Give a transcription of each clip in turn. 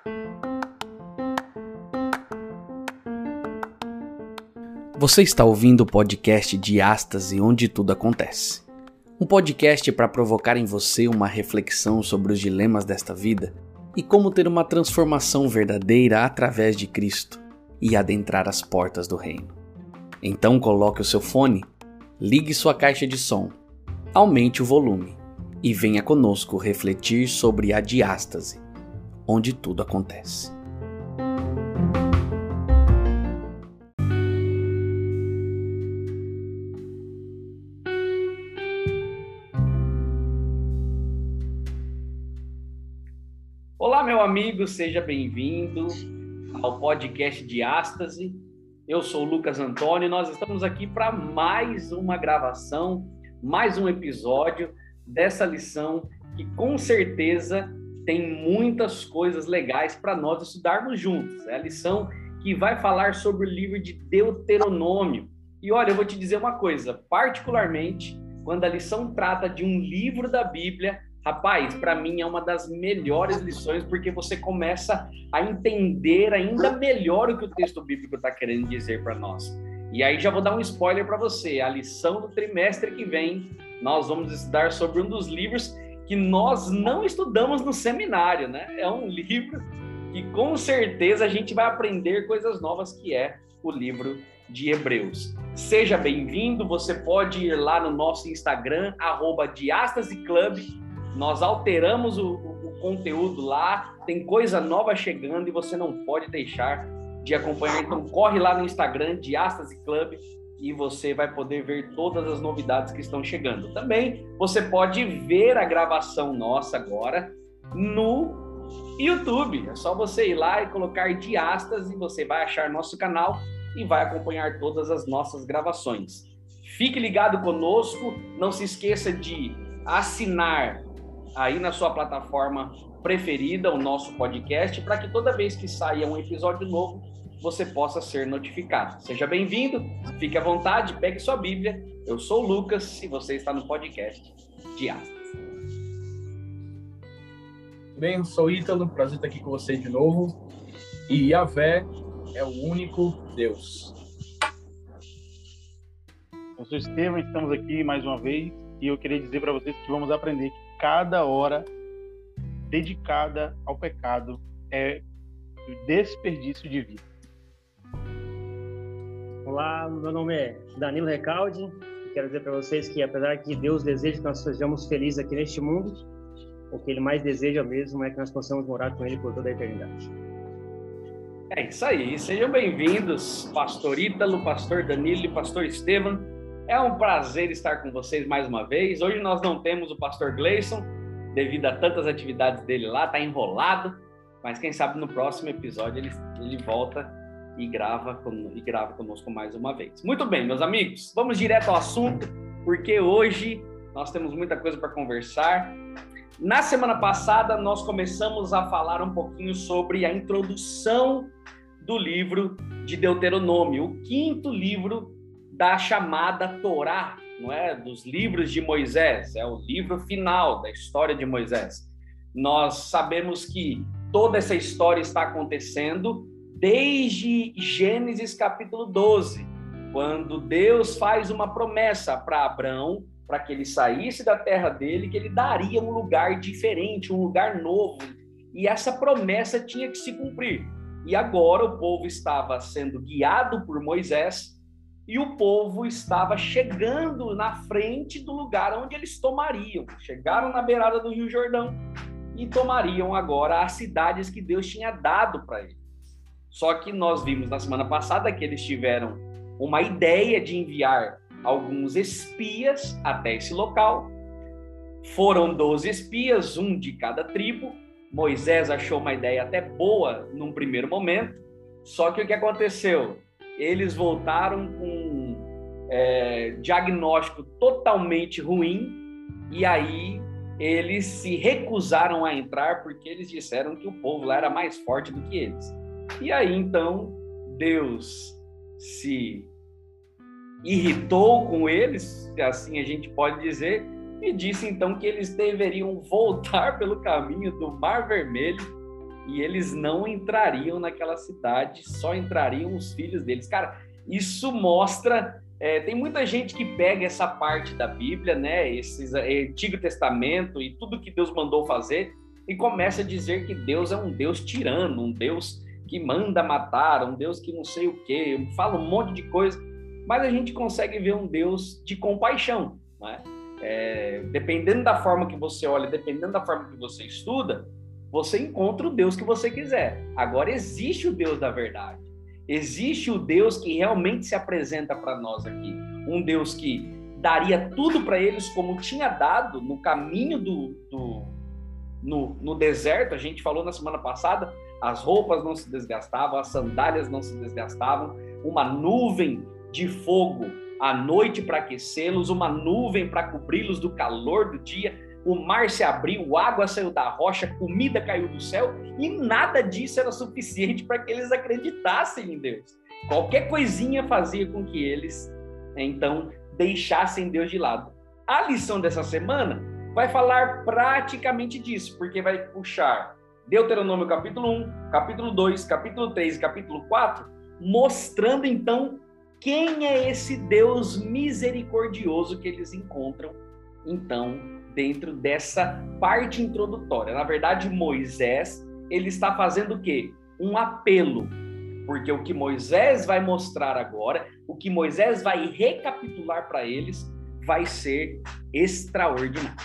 Você está ouvindo o podcast Diástase, onde tudo acontece. Um podcast para provocar em você uma reflexão sobre os dilemas desta vida e como ter uma transformação verdadeira através de Cristo e adentrar as portas do reino. Então coloque o seu fone, ligue sua caixa de som, aumente o volume e venha conosco refletir sobre a diástase, onde tudo acontece. Olá, meu amigo, seja bem-vindo ao podcast Diástase. Eu sou o Lucas Antônio e nós estamos aqui para mais uma gravação, mais um episódio dessa lição que com certeza tem muitas coisas legais para nós estudarmos juntos. É a lição que vai falar sobre o livro de Deuteronômio. E olha, eu vou te dizer uma coisa, particularmente quando a lição trata de um livro da Bíblia, rapaz, para mim é uma das melhores lições, porque você começa a entender ainda melhor o que o texto bíblico está querendo dizer para nós. E aí já vou dar um spoiler para você. A lição do trimestre que vem, nós vamos estudar sobre um dos livros que nós não estudamos no seminário, né? É um livro que com certeza a gente vai aprender coisas novas, que é o livro de Hebreus. Seja bem-vindo, você pode ir lá no nosso Instagram, @diastaseclub. Nós alteramos o conteúdo lá, tem coisa nova chegando e você não pode deixar de acompanhar. Então corre lá no Instagram, Diástase Club, e você vai poder ver todas as novidades que estão chegando. Também você pode ver a gravação nossa agora no YouTube. É só você ir lá e colocar Diástase, você vai achar nosso canal e vai acompanhar todas as nossas gravações. Fique ligado conosco, não se esqueça de assinar aí na sua plataforma preferida o nosso podcast, para que toda vez que saia um episódio novo, você possa ser notificado. Seja bem-vindo, fique à vontade, pegue sua Bíblia. Eu sou o Lucas e você está no podcast Diástase. Bem, eu sou o Ítalo, prazer estar aqui com você de novo. E Yahvé é o único Deus. Eu sou o Estevam, estamos aqui mais uma vez e eu queria dizer para vocês que vamos aprender que cada hora dedicada ao pecado é desperdício de vida. Olá, meu nome é Danilo Recalde e quero dizer para vocês que, apesar que Deus deseja que nós sejamos felizes aqui neste mundo, o que Ele mais deseja mesmo é que nós possamos morar com Ele por toda a eternidade. É isso aí, sejam bem-vindos, Pastor Ítalo, Pastor Danilo e Pastor Estevam. É um prazer estar com vocês mais uma vez. Hoje nós não temos o Pastor Gleison, devido a tantas atividades dele lá, está enrolado, mas quem sabe no próximo episódio ele volta e grava conosco mais uma vez. Muito bem, meus amigos, vamos direto ao assunto, porque hoje nós temos muita coisa para conversar. Na semana passada, nós começamos a falar um pouquinho sobre a introdução do livro de Deuteronômio, o quinto livro da chamada Torá, não é? Dos livros de Moisés, é o livro final da história de Moisés. Nós sabemos que toda essa história está acontecendo desde Gênesis capítulo 12, quando Deus faz uma promessa para Abraão, para que ele saísse da terra dele, que ele daria um lugar diferente, um lugar novo, e essa promessa tinha que se cumprir. E agora o povo estava sendo guiado por Moisés, e o povo estava chegando na frente do lugar onde eles tomariam. Chegaram na beirada do Rio Jordão e tomariam agora as cidades que Deus tinha dado para eles. Só que nós vimos na semana passada que eles tiveram uma ideia de enviar alguns espias até esse local. Foram 12 espias, um de cada tribo. Moisés achou uma ideia até boa num primeiro momento, só que o que aconteceu? Eles voltaram com diagnóstico totalmente ruim, e aí eles se recusaram a entrar porque eles disseram que o povo lá era mais forte do que eles. E aí então Deus se irritou com eles, se assim a gente pode dizer, e disse então que eles deveriam voltar pelo caminho do Mar Vermelho e eles não entrariam naquela cidade, só entrariam os filhos deles. Cara, isso mostra... tem muita gente que pega essa parte da Bíblia, né, esse Antigo Testamento e tudo que Deus mandou fazer, e começa a dizer que Deus é um Deus tirano, um Deus que manda matar, um Deus que não sei o quê, fala um monte de coisa, mas a gente consegue ver um Deus de compaixão, né? Dependendo da forma que você olha, dependendo da forma que você estuda, você encontra o Deus que você quiser. Agora, existe o Deus da verdade. Existe o Deus que realmente se apresenta para nós aqui. Um Deus que daria tudo para eles como tinha dado no caminho no deserto. A gente falou na semana passada, as roupas não se desgastavam, as sandálias não se desgastavam, uma nuvem de fogo à noite para aquecê-los, uma nuvem para cobri-los do calor do dia, o mar se abriu, a água saiu da rocha, comida caiu do céu, e nada disso era suficiente para que eles acreditassem em Deus. Qualquer coisinha fazia com que eles, então, deixassem Deus de lado. A lição dessa semana vai falar praticamente disso, porque vai puxar Deuteronômio capítulo 1, capítulo 2, capítulo 3 e capítulo 4, mostrando, então, quem é esse Deus misericordioso que eles encontram, então, dentro dessa parte introdutória. Na verdade, Moisés, ele está fazendo o quê? Um apelo, porque o que Moisés vai mostrar agora, o que Moisés vai recapitular para eles, vai ser extraordinário.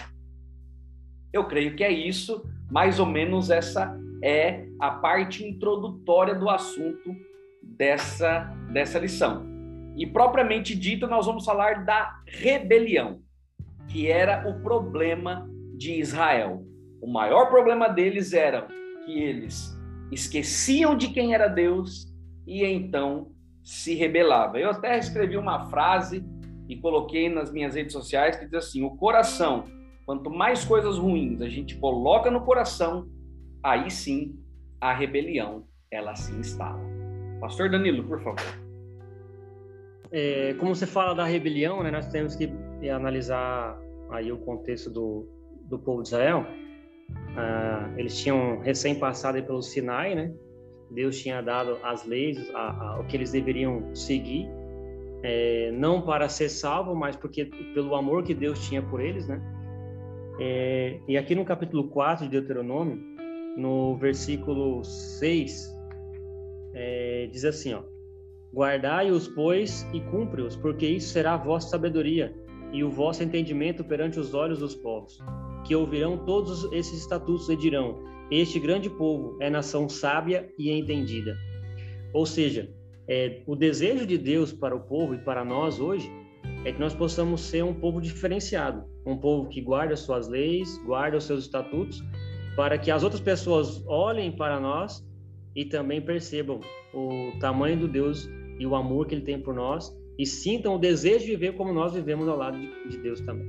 Eu creio que é isso, mais ou menos essa é a parte introdutória do assunto dessa lição. E propriamente dito, nós vamos falar da rebelião, que era o problema de Israel. O maior problema deles era que eles esqueciam de quem era Deus e então se rebelavam. Eu até escrevi uma frase e coloquei nas minhas redes sociais que diz assim: o coração, quanto mais coisas ruins a gente coloca no coração, aí sim a rebelião ela se instala. Pastor Danilo, por favor. Como você fala da rebelião, né, nós temos que analisar aí o contexto do povo de Israel. Eles tinham recém passado pelo Sinai, né? Deus tinha dado as leis, o que eles deveriam seguir, não para ser salvo, mas porque pelo amor que Deus tinha por eles, né? E aqui no capítulo 4 de Deuteronômio, no versículo 6, diz assim, ó: guardai-os, pois, e cumpre-os, porque isso será a vossa sabedoria e o vosso entendimento perante os olhos dos povos, que ouvirão todos esses estatutos e dirão: este grande povo é nação sábia e entendida. Ou seja, o desejo de Deus para o povo e para nós hoje é que nós possamos ser um povo diferenciado, um povo que guarda as suas leis, guarda os seus estatutos, para que as outras pessoas olhem para nós e também percebam o tamanho do Deus e o amor que Ele tem por nós e sintam o desejo de viver como nós vivemos ao lado de Deus também.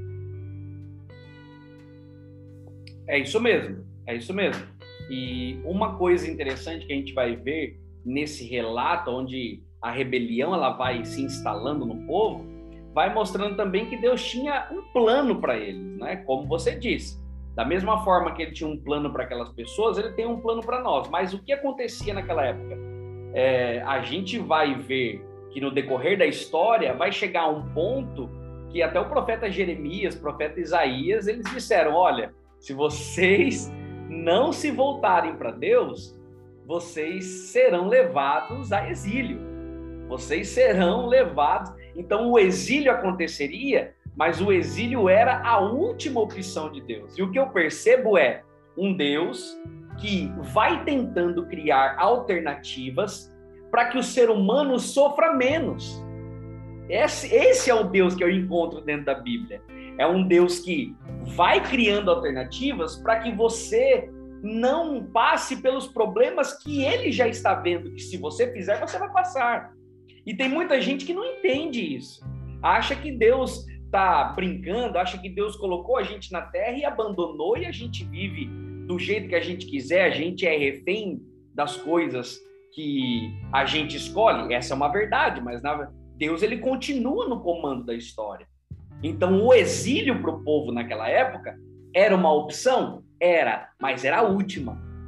É isso mesmo, é isso mesmo. E uma coisa interessante que a gente vai ver nesse relato, onde a rebelião ela vai se instalando no povo, vai mostrando também que Deus tinha um plano para eles, né? Como você disse. Da mesma forma que Ele tinha um plano para aquelas pessoas, Ele tem um plano para nós. Mas o que acontecia naquela época? A gente vai ver que no decorrer da história vai chegar a um ponto que até o profeta Jeremias, o profeta Isaías, eles disseram: olha, se vocês não se voltarem para Deus, vocês serão levados a exílio. Vocês serão levados. Então o exílio aconteceria, mas o exílio era a última opção de Deus. E o que eu percebo é um Deus que vai tentando criar alternativas para que o ser humano sofra menos. Esse é o Deus que eu encontro dentro da Bíblia. É um Deus que vai criando alternativas para que você não passe pelos problemas que Ele já está vendo, que se você fizer, você vai passar. E tem muita gente que não entende isso. Acha que Deus está brincando, acha que Deus colocou a gente na terra e abandonou e a gente vive do jeito que a gente quiser, a gente é refém das coisas que a gente escolhe. Essa é uma verdade, mas Deus ele continua no comando da história. Então o exílio para o povo naquela época era uma opção? Era, mas era a última.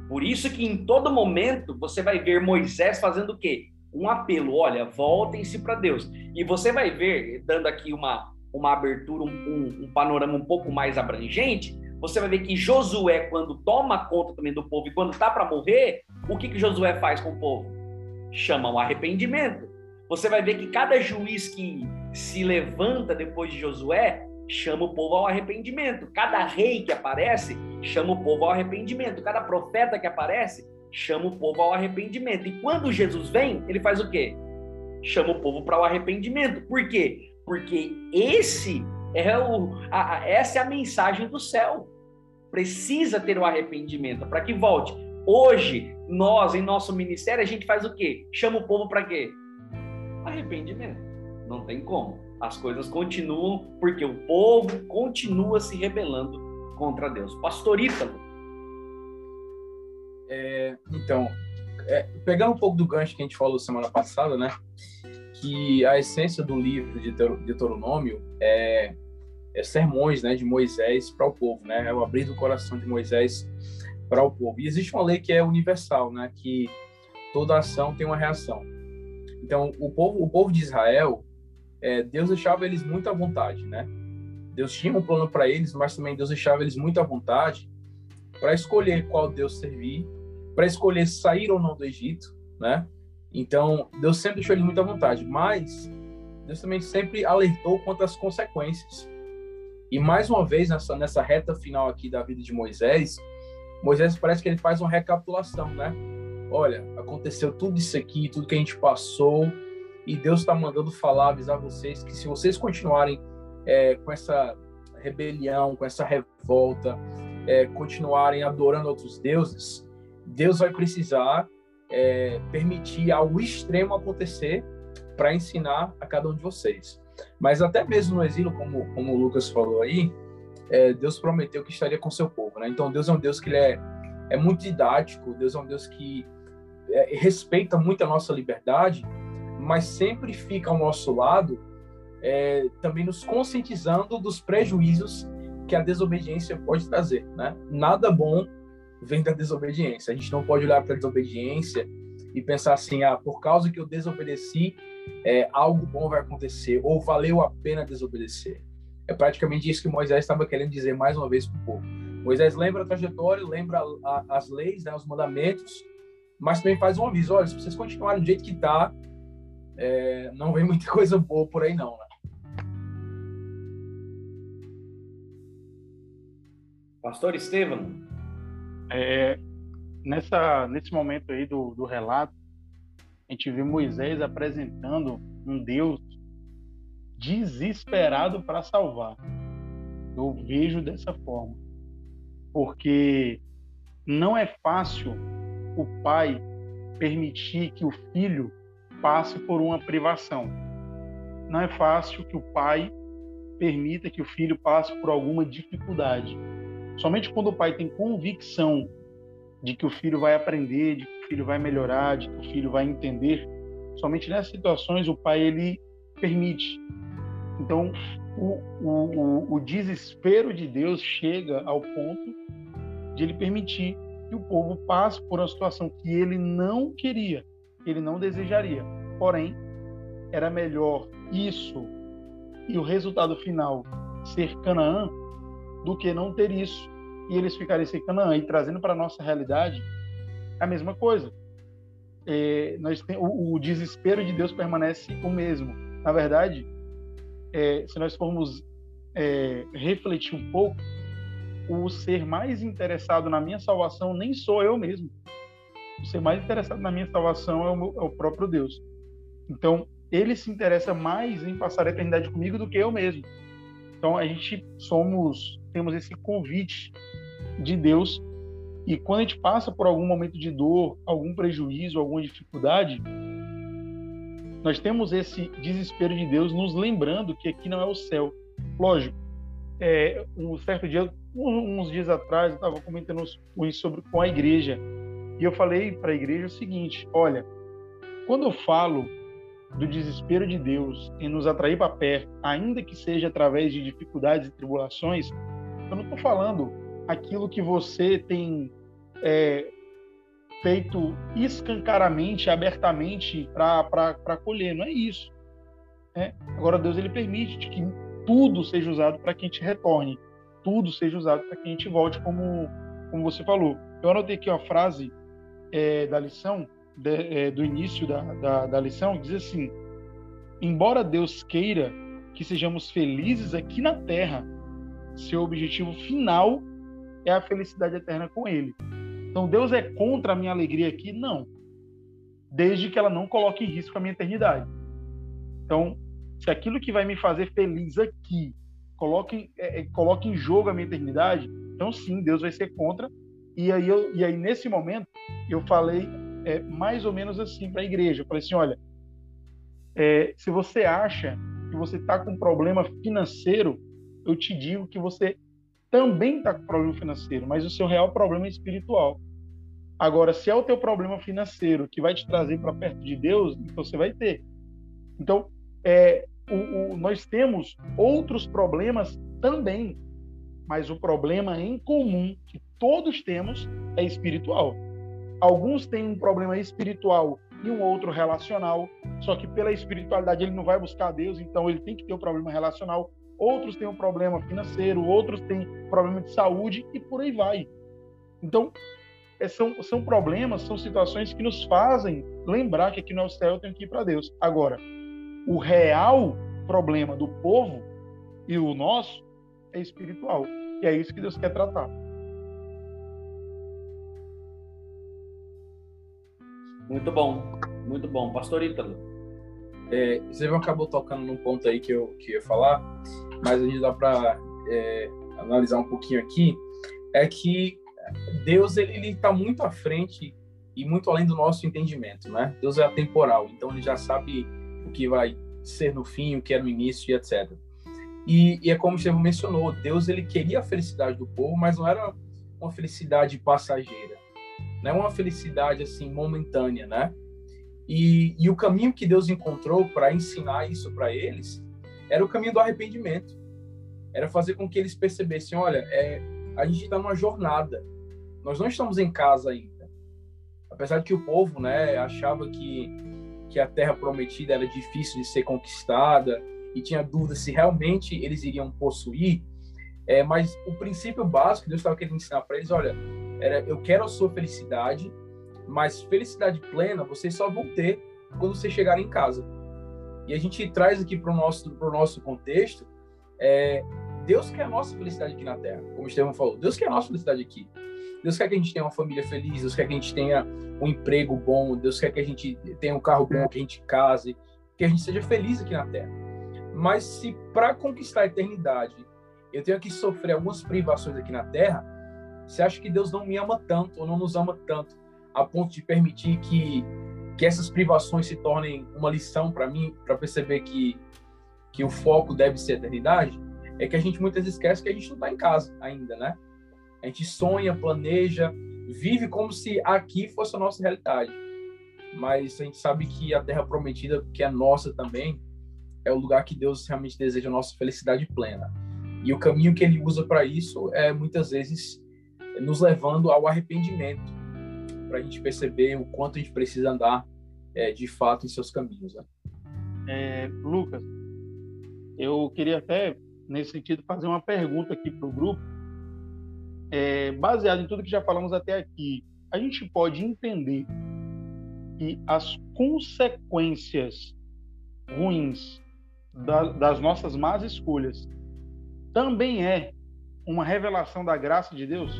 Por isso que em todo momento você vai ver Moisés fazendo o quê? Um apelo, olha, voltem-se para Deus. E você vai ver, dando aqui uma abertura, um panorama um pouco mais abrangente, você vai ver que Josué, quando toma conta também do povo e quando está para morrer, o que Josué faz com o povo? Chama o arrependimento. Você vai ver que cada juiz que se levanta depois de Josué, chama o povo ao arrependimento. Cada rei que aparece, chama o povo ao arrependimento. Cada profeta que aparece, chama o povo ao arrependimento. E quando Jesus vem, ele faz o quê? Chama o povo para o arrependimento. Por quê? Porque essa é a mensagem do céu. Precisa ter o arrependimento para que volte. Hoje, nós, em nosso ministério, a gente faz o quê? Chama o povo para quê? Arrependimento. Não tem como. As coisas continuam porque o povo continua se rebelando contra Deus. Pastor Ítalo. Então, pegando um pouco do gancho que a gente falou semana passada, né? Que a essência do livro de Deuteronômio é sermões, né, de Moisés para o povo, né? É o abrir do coração de Moisés para o povo. E existe uma lei que é universal, né? Que toda ação tem uma reação. Então, o povo de Israel, Deus deixava eles muito à vontade, né? Deus tinha um plano para eles, mas também Deus deixava eles muito à vontade para escolher qual Deus servir, para escolher sair ou não do Egito, né? Então, Deus sempre deixou eles muito à vontade, mas Deus também sempre alertou quanto às consequências. E mais uma vez, nessa reta final aqui da vida de Moisés parece que ele faz uma recapitulação, né? Olha, aconteceu tudo isso aqui, tudo que a gente passou, e Deus está mandando falar, avisar vocês que se vocês continuarem com essa rebelião, com essa revolta, continuarem adorando outros deuses, Deus vai precisar permitir algo extremo acontecer para ensinar a cada um de vocês. Mas até mesmo no exílio, como o Lucas falou aí, Deus prometeu que estaria com seu povo, né? Então Deus é um Deus que ele é muito didático, Deus é um Deus que respeita muito a nossa liberdade, mas sempre fica ao nosso lado, também nos conscientizando dos prejuízos que a desobediência pode trazer, né? Nada bom vem da desobediência. A gente não pode olhar para a desobediência e pensar assim, por causa que eu desobedeci, algo bom vai acontecer, ou valeu a pena desobedecer. É praticamente isso que Moisés estava querendo dizer mais uma vez para o povo. Moisés lembra a trajetória, lembra as leis, né, os mandamentos, mas também faz um aviso, olha, se vocês continuarem do jeito que está, não vem muita coisa boa por aí não, né? Pastor Estevão. Nesse momento aí do relato, a gente vê Moisés apresentando um Deus desesperado para salvar. Eu vejo dessa forma. Porque não é fácil o pai permitir que o filho passe por uma privação. Não é fácil que o pai permita que o filho passe por alguma dificuldade. Somente quando o pai tem convicção de que o filho vai aprender, de que o filho vai melhorar, de que o filho vai entender, somente nessas situações o pai ele permite. Então, o desespero de Deus chega ao ponto de ele permitir que o povo passe por uma situação que ele não queria, que ele não desejaria. Porém, era melhor isso e o resultado final ser Canaã do que não ter isso e eles ficarem sem Canaã. E trazendo para a nossa realidade a mesma coisa. O desespero de Deus permanece o mesmo. Na verdade, se nós formos refletir um pouco, o ser mais interessado na minha salvação nem sou eu mesmo. O ser mais interessado na minha salvação é o próprio Deus. Então, ele se interessa mais em passar a eternidade comigo do que eu mesmo. Então, a gente temos esse convite de Deus, e quando a gente passa por algum momento de dor, algum prejuízo, alguma dificuldade, nós temos esse desespero de Deus nos lembrando que aqui não é o céu. Lógico, um certo dia, uns dias atrás, eu estava comentando com a igreja, e eu falei para a igreja o seguinte: olha, quando eu falo do desespero de Deus em nos atrair para perto, ainda que seja através de dificuldades e tribulações, eu não estou falando aquilo que você tem feito escancaramente, abertamente para colher. Não é isso. Né? Agora, Deus ele permite que tudo seja usado para que a gente retorne. Tudo seja usado para que a gente volte, como você falou. Eu anotei aqui uma frase da lição, do início da lição, que diz assim: embora Deus queira que sejamos felizes aqui na Terra, seu objetivo final é a felicidade eterna com Ele. Então, Deus é contra a minha alegria aqui? Não. Desde que ela não coloque em risco a minha eternidade. Então, se aquilo que vai me fazer feliz aqui coloque em jogo a minha eternidade, então sim, Deus vai ser contra. E aí nesse momento, eu falei mais ou menos assim para a igreja. Eu falei assim, olha, se você acha que você está com problema financeiro, eu te digo que você também está com problema financeiro, mas o seu real problema é espiritual. Agora, se é o teu problema financeiro que vai te trazer para perto de Deus, então você vai ter. Então, nós temos outros problemas também, mas o problema em comum que todos temos é espiritual. Alguns têm um problema espiritual e um outro relacional, só que pela espiritualidade ele não vai buscar Deus, então ele tem que ter um problema relacional. Outros têm um problema financeiro, outros têm problema de saúde e por aí vai. Então, são problemas, são situações que nos fazem lembrar que aqui no céu eu tenho que ir para Deus. Agora, o real problema do povo e o nosso é espiritual. E é isso que Deus quer tratar. Muito bom, muito bom. Pastor Ítalo. Você acabou tocando num ponto aí que eu ia falar, mas a gente dá para analisar um pouquinho aqui, é que Deus ele está muito à frente e muito além do nosso entendimento, né? Deus é atemporal, então ele já sabe o que vai ser no fim, o que é no início e etc. E é como o Estevão mencionou, Deus ele queria a felicidade do povo, mas não era uma felicidade passageira, não é uma felicidade assim momentânea, né? E o caminho que Deus encontrou para ensinar isso para eles era o caminho do arrependimento. Era fazer com que eles percebessem, olha, a gente está numa jornada. Nós não estamos em casa ainda. Apesar de que o povo, né, achava que a terra prometida era difícil de ser conquistada e tinha dúvida se realmente eles iriam possuir, mas o princípio básico que Deus estava querendo ensinar para eles, olha, eu quero a sua felicidade, mas felicidade plena vocês só vão ter quando vocês chegarem em casa. E a gente traz aqui para o nosso contexto, Deus quer a nossa felicidade aqui na Terra, como o Estevão falou. Deus quer a nossa felicidade aqui. Deus quer que a gente tenha uma família feliz, Deus quer que a gente tenha um emprego bom, Deus quer que a gente tenha um carro bom, que a gente case, que a gente seja feliz aqui na Terra. Mas se para conquistar a eternidade eu tenho que sofrer algumas privações aqui na Terra, você acha que Deus não me ama tanto ou não nos ama tanto a ponto de permitir que essas privações se tornem uma lição para mim, para perceber que o foco deve ser a eternidade? É que a gente muitas vezes esquece que a gente não está em casa ainda, né? A gente sonha, planeja, vive como se aqui fosse a nossa realidade. Mas a gente sabe que a terra prometida, que é nossa também, é o lugar que Deus realmente deseja a nossa felicidade plena. E o caminho que ele usa para isso é, muitas vezes, nos levando ao arrependimento, para a gente perceber o quanto a gente precisa andar, de fato, em seus caminhos. Né? Lucas, eu queria até, nesse sentido, fazer uma pergunta aqui para o grupo. Baseado em tudo que já falamos até aqui, a gente pode entender que as consequências ruins das nossas más escolhas também é uma revelação da graça de Deus?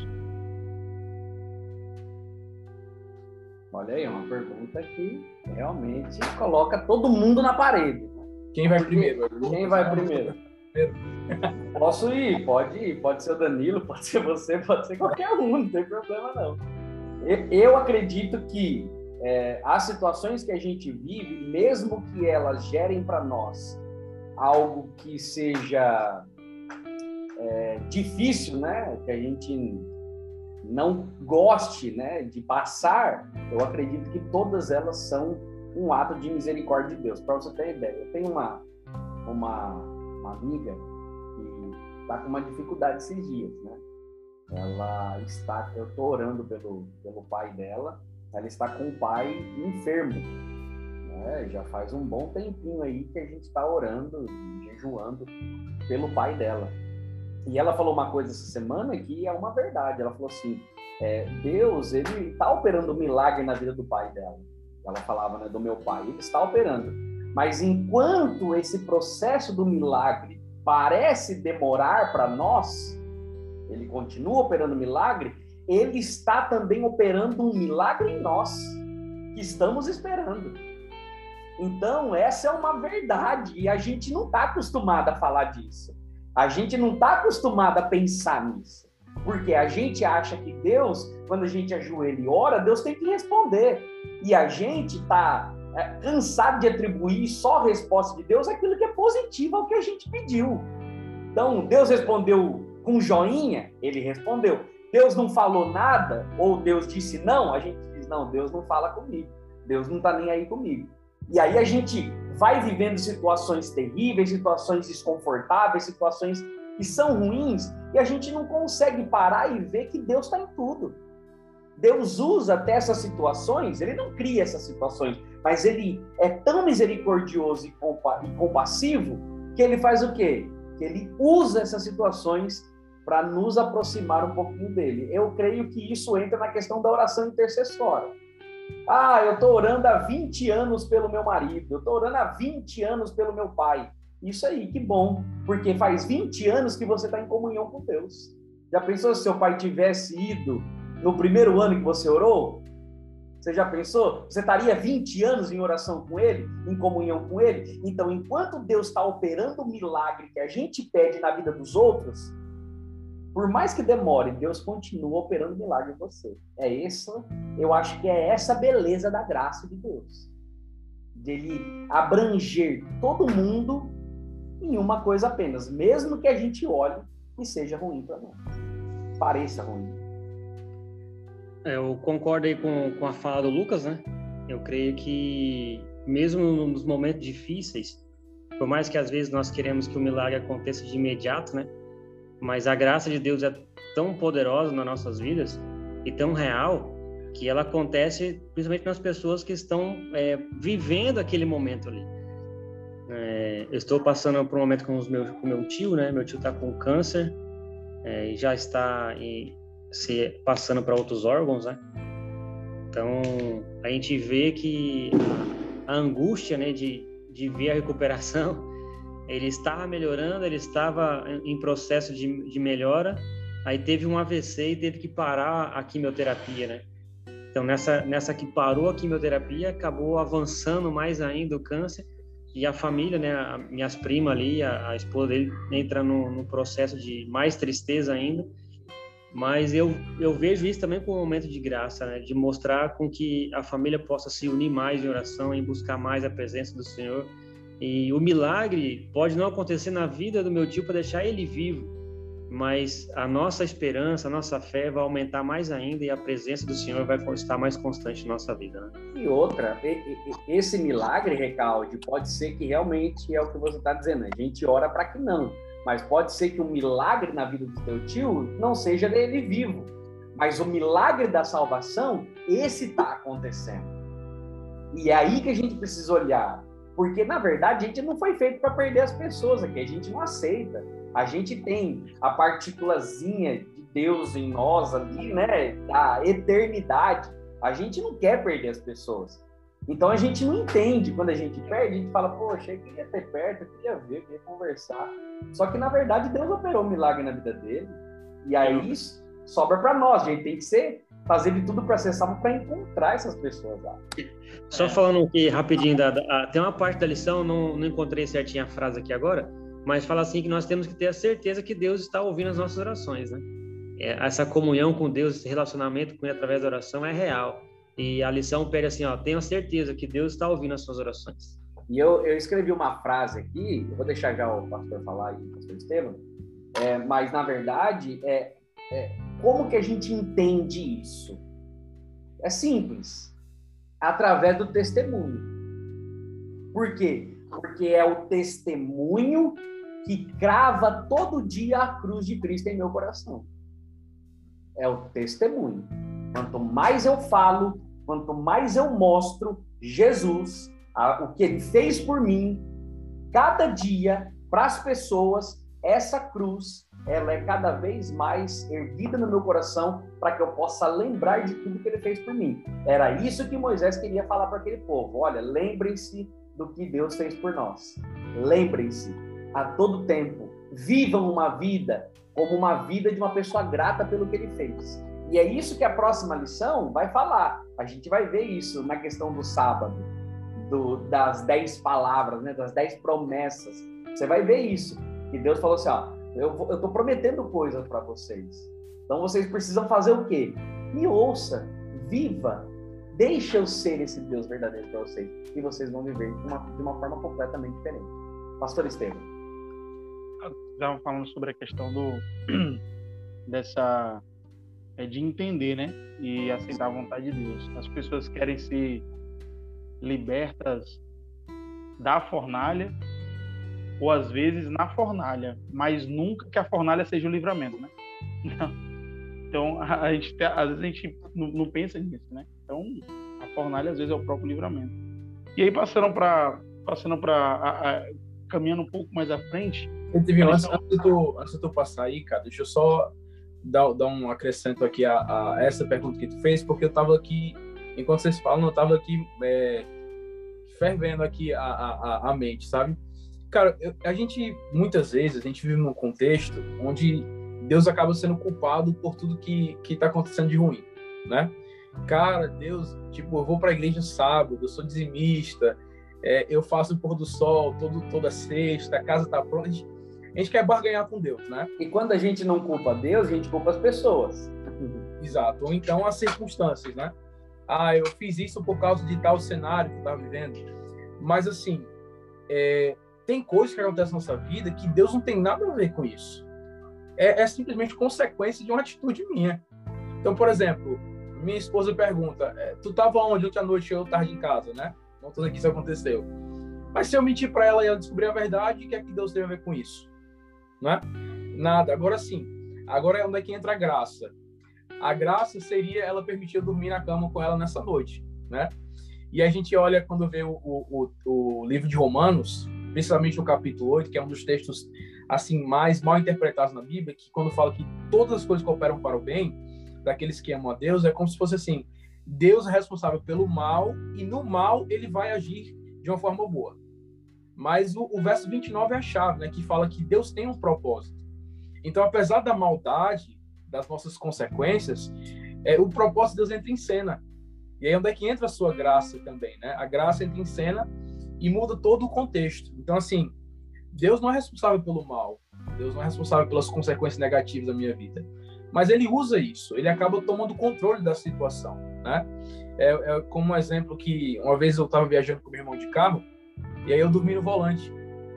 Olha aí, é uma pergunta que realmente coloca todo mundo na parede. Quem vai primeiro? Quem vai primeiro? Posso ir, pode ser o Danilo, pode ser você, pode ser qualquer um, não tem problema não. Eu acredito que as situações que a gente vive, mesmo que elas gerem para nós algo que seja difícil, né, que a gente não goste, né, de passar, eu acredito que todas elas são um ato de misericórdia de Deus. Para você ter ideia, eu tenho uma amiga que está com uma dificuldade esses dias, né? Eu estou orando pelo pai dela, ela está com o pai enfermo, né? Já faz um bom tempinho aí que a gente está orando, jejuando pelo pai dela. E ela falou uma coisa essa semana que é uma verdade. Ela falou assim, Deus, ele está operando um milagre na vida do pai dela. Ela falava, né, do meu pai, ele está operando. Mas enquanto esse processo do milagre parece demorar para nós, ele continua operando milagre, ele está também operando um milagre em nós, que estamos esperando. Então, essa é uma verdade, e a gente não está acostumado a falar disso. A gente não está acostumado a pensar nisso. Porque a gente acha que Deus, quando a gente ajoelha e ora, Deus tem que responder. E a gente está cansado de atribuir só a resposta de Deus àquilo que é positivo ao que a gente pediu. Então, Deus respondeu com joinha, ele respondeu. Deus não falou nada, ou Deus disse não, a gente diz, não, Deus não fala comigo. Deus não está nem aí comigo. E aí a gente vai vivendo situações terríveis, situações desconfortáveis, situações que são ruins, e a gente não consegue parar e ver que Deus está em tudo. Deus usa até essas situações, ele não cria essas situações, mas ele é tão misericordioso e compassivo que ele faz o quê? Que ele usa essas situações para nos aproximar um pouquinho dele. Eu creio que isso entra na questão da oração intercessória. Eu estou orando há 20 anos pelo meu marido, eu estou orando há 20 anos pelo meu pai. Isso aí, que bom, porque faz 20 anos que você está em comunhão com Deus. Já pensou se seu pai tivesse ido no primeiro ano que você orou? Você já pensou? Você estaria 20 anos em oração com ele, em comunhão com ele? Então, enquanto Deus está operando o milagre que a gente pede na vida dos outros, por mais que demore, Deus continua operando milagre em você. Eu acho que é essa beleza da graça de Deus. De ele abranger todo mundo em uma coisa apenas, mesmo que a gente olhe e seja ruim para nós. Pareça ruim. Eu concordo aí com a fala do Lucas, né? Eu creio que, mesmo nos momentos difíceis, por mais que às vezes nós queremos que o milagre aconteça de imediato, né? Mas a graça de Deus é tão poderosa nas nossas vidas e tão real que ela acontece principalmente nas pessoas que estão vivendo aquele momento ali. Eu estou passando por um momento com meu tio, né? Meu tio está com câncer e já está passando para outros órgãos, né? Então, a gente vê que a angústia, né, de ver a recuperação, ele estava melhorando, ele estava em processo de melhora, aí teve um AVC e teve que parar a quimioterapia, né? Então, nessa que parou a quimioterapia, acabou avançando mais ainda o câncer, e a família, né, minhas primas ali, a esposa dele, entra num processo de mais tristeza ainda. Mas eu vejo isso também como um momento de graça, né? De mostrar com que a família possa se unir mais em oração, em buscar mais a presença do Senhor. E o milagre pode não acontecer na vida do meu tio para deixar ele vivo, mas a nossa esperança, a nossa fé vai aumentar mais ainda e a presença do Senhor vai estar mais constante na nossa vida, né? E outra, esse milagre, Recalde, pode ser que realmente é o que você está dizendo. A gente ora para que não. Mas pode ser que o milagre na vida do teu tio não seja dele vivo. Mas o milagre da salvação, esse está acontecendo. E é aí que a gente precisa olhar. Porque, na verdade, a gente não foi feito para perder as pessoas aqui. A gente não aceita. A gente tem a partículazinha de Deus em nós ali, né? A eternidade. A gente não quer perder as pessoas. Então, a gente não entende. Quando a gente perde, a gente fala, poxa, eu queria ter perto, eu queria ver, eu queria conversar. Só que, na verdade, Deus operou um milagre na vida dele. E aí, isso sobra para nós. A gente tem que fazer de tudo para ser salvo, para encontrar essas pessoas lá. Só falando aqui rapidinho, tem uma parte da lição, não encontrei certinho a frase aqui agora, mas fala assim que nós temos que ter a certeza que Deus está ouvindo as nossas orações, né? Essa comunhão com Deus, esse relacionamento com Ele através da oração é real. E a lição pede assim, tenha certeza que Deus está ouvindo as suas orações. E eu escrevi uma frase aqui, eu vou deixar já o pastor falar aí, o pastor Estevam, mas na verdade, como que a gente entende isso? É simples, através do testemunho. Por quê? Porque é o testemunho que crava todo dia a cruz de Cristo em meu coração. É o testemunho. Quanto mais eu falo, quanto mais eu mostro Jesus, o que ele fez por mim, cada dia, para as pessoas, essa cruz, ela é cada vez mais erguida no meu coração para que eu possa lembrar de tudo que ele fez por mim. Era isso que Moisés queria falar para aquele povo. Olha, lembrem-se do que Deus fez por nós. Lembrem-se a todo tempo. Vivam uma vida como uma vida de uma pessoa grata pelo que ele fez. E é isso que a próxima lição vai falar. A gente vai ver isso na questão do sábado, das 10 palavras, né? Das 10 promessas. Você vai ver isso. Que Deus falou assim, ó, eu estou prometendo coisas para vocês. Então vocês precisam fazer o quê? Me ouça, viva, deixa eu ser esse Deus verdadeiro para vocês. E vocês vão viver de uma forma completamente diferente. Pastor Estevam. Estava falando sobre a questão de entender, né? E aceitar a vontade de Deus. As pessoas querem ser libertas da fornalha, ou às vezes na fornalha, mas nunca que a fornalha seja o livramento, né? Então, às vezes a gente não pensa nisso, né? Então, a fornalha às vezes é o próprio livramento. E aí, caminhando um pouco mais à frente... Antes de tu passar aí, cara, deixa eu só dar um acrescento aqui a essa pergunta que tu fez, porque eu estava aqui, enquanto vocês falam, eu estava aqui fervendo aqui a mente, sabe? Cara, muitas vezes, a gente vive num contexto onde Deus acaba sendo culpado por tudo que está acontecendo de ruim, né? Cara, Deus, tipo, eu vou para a igreja sábado, eu sou dizimista, eu faço o pôr do sol toda sexta, a casa está pronta. A gente quer barganhar com Deus, né? E quando a gente não culpa Deus, a gente culpa as pessoas. Exato. Ou então as circunstâncias, né? Ah, eu fiz isso por causa de tal cenário que eu estava vivendo. Mas, assim, tem coisas que acontecem na nossa vida que Deus não tem nada a ver com isso. É simplesmente consequência de uma atitude minha. Então, por exemplo, minha esposa pergunta, tu estava onde ontem à noite, eu tarde em casa, né? Não estou aqui, isso aconteceu. Mas se eu mentir para ela e ela descobrir a verdade, o que é que Deus tem a ver com isso? Não é? Nada. Agora sim. Agora é onde é que entra a graça. A graça seria ela permitir eu dormir na cama com ela nessa noite, né? E a gente olha quando vê o livro de Romanos, principalmente o capítulo 8, que é um dos textos assim mais mal interpretados na Bíblia, que quando fala que todas as coisas cooperam para o bem daqueles que amam a Deus, é como se fosse assim, Deus é responsável pelo mal e no mal ele vai agir de uma forma boa. Mas o verso 29 é a chave, né, que fala que Deus tem um propósito. Então, apesar da maldade, das nossas consequências, o propósito de Deus entra em cena. E aí onde é que entra a sua graça também, né? A graça entra em cena e muda todo o contexto. Então, assim, Deus não é responsável pelo mal. Deus não é responsável pelas consequências negativas da minha vida. Mas ele usa isso. Ele acaba tomando controle da situação, né? É como um exemplo que uma vez eu estava viajando com meu irmão de carro e aí eu dormi no volante.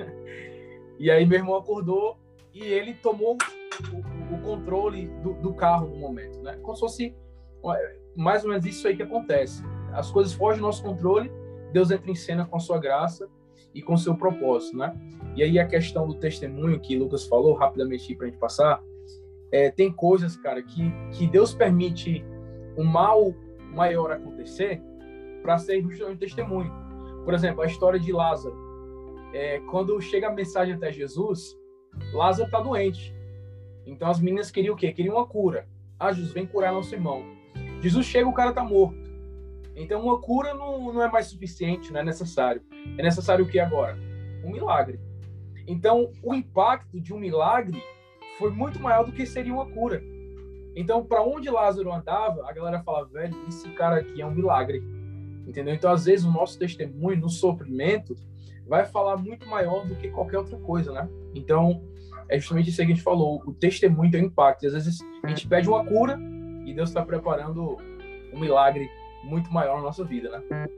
E aí meu irmão acordou e ele tomou o controle do carro no momento, né? Como se fosse mais ou menos isso aí que acontece. As coisas fogem do nosso controle, Deus entra em cena com a sua graça e com o seu propósito, né? E aí a questão do testemunho que Lucas falou, rapidamente para a gente passar, tem coisas, cara, que Deus permite um mal maior acontecer para ser justamente testemunho. Por exemplo, a história de Lázaro. Quando chega a mensagem até Jesus, Lázaro está doente. Então as meninas queriam o quê? Queriam uma cura. Jesus, vem curar nosso irmão. Jesus chega, o cara está morto. Então uma cura não é mais suficiente, não é necessário. É necessário o que agora? Um milagre. Então o impacto de um milagre foi muito maior do que seria uma cura. Então, para onde Lázaro andava, a galera falava, velho, esse cara aqui é um milagre. Entendeu? Então, às vezes, o nosso testemunho no sofrimento vai falar muito maior do que qualquer outra coisa, né? Então, é justamente isso que a gente falou. O testemunho tem um impacto. Às vezes, a gente pede uma cura e Deus está preparando um milagre muito maior na nossa vida, né?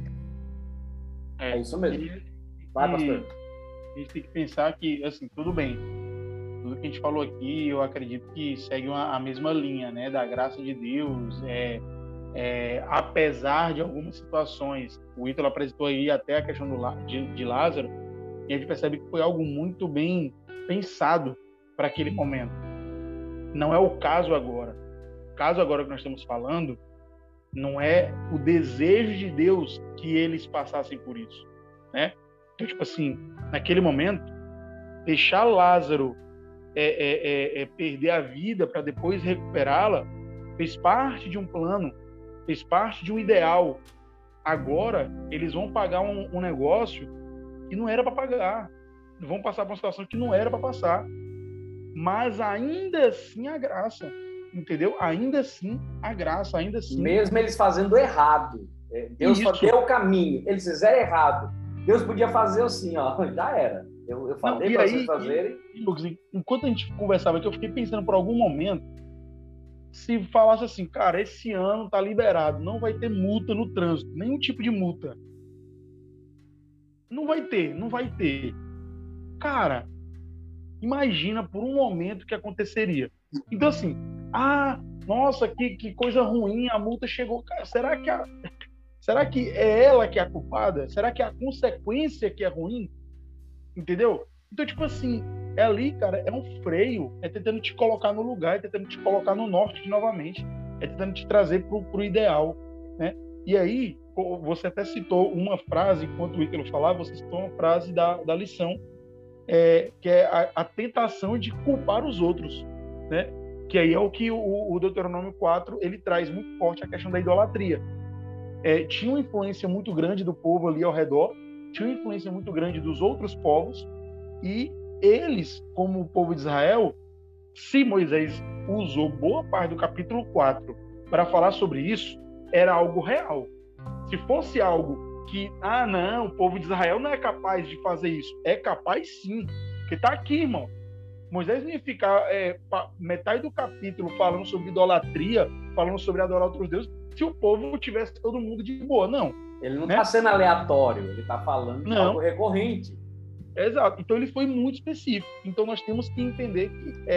É isso mesmo. Vai, pastor. A gente tem que pensar que, assim, tudo bem. Tudo que a gente falou aqui, eu acredito que segue a mesma linha, né? Da graça de Deus, apesar de algumas situações, o Ítalo apresentou aí até a questão de Lázaro, e a gente percebe que foi algo muito bem pensado para aquele momento. Não é o caso agora. O caso agora que nós estamos falando Não é o desejo de Deus que eles passassem por isso, né? Então, tipo assim, naquele momento, deixar Lázaro perder a vida para depois recuperá-la, fez parte de um plano, fez parte de um ideal. Agora, eles vão pagar um negócio que não era para pagar. Vão passar por uma situação que não era para passar. Mas ainda assim a graça, entendeu? Ainda assim a graça, ainda assim... Mesmo eles fazendo errado. Deus deu o caminho. Eles fizeram errado. Deus podia fazer assim, ó, já era. Eu falei para vocês fazerem. Lucas, enquanto a gente conversava aqui, eu fiquei pensando por algum momento, se falasse assim, cara, esse ano tá liberado, não vai ter multa no trânsito, nenhum tipo de multa. Não vai ter. Cara, imagina por um momento que aconteceria. Então assim, nossa, que coisa ruim, a multa chegou. Cara, será que é ela que é a culpada? Será que é a consequência que é ruim? Entendeu? Então, tipo assim, ali, cara, é um freio, é tentando te colocar no lugar, é tentando te colocar no norte novamente, é tentando te trazer pro ideal, né? E aí, você até citou uma frase, enquanto o Ítalo falava, você citou uma frase da lição, que é a tentação de culpar os outros, né? Que aí é o que o Deuteronômio 4, ele traz muito forte a questão da idolatria. Tinha uma influência muito grande do povo ali ao redor, tinha uma influência muito grande dos outros povos, e eles, como o povo de Israel, se Moisés usou boa parte do capítulo 4 para falar sobre isso, era algo real. Se fosse algo que, não, o povo de Israel não é capaz de fazer isso, é capaz sim, porque está aqui, irmão. Moisés não ia ficar metade do capítulo falando sobre idolatria, falando sobre adorar outros deuses, se o povo tivesse todo mundo de boa, não. Ele não está sendo aleatório, ele está falando de algo recorrente. Exato. Então ele foi muito específico. Então nós temos que entender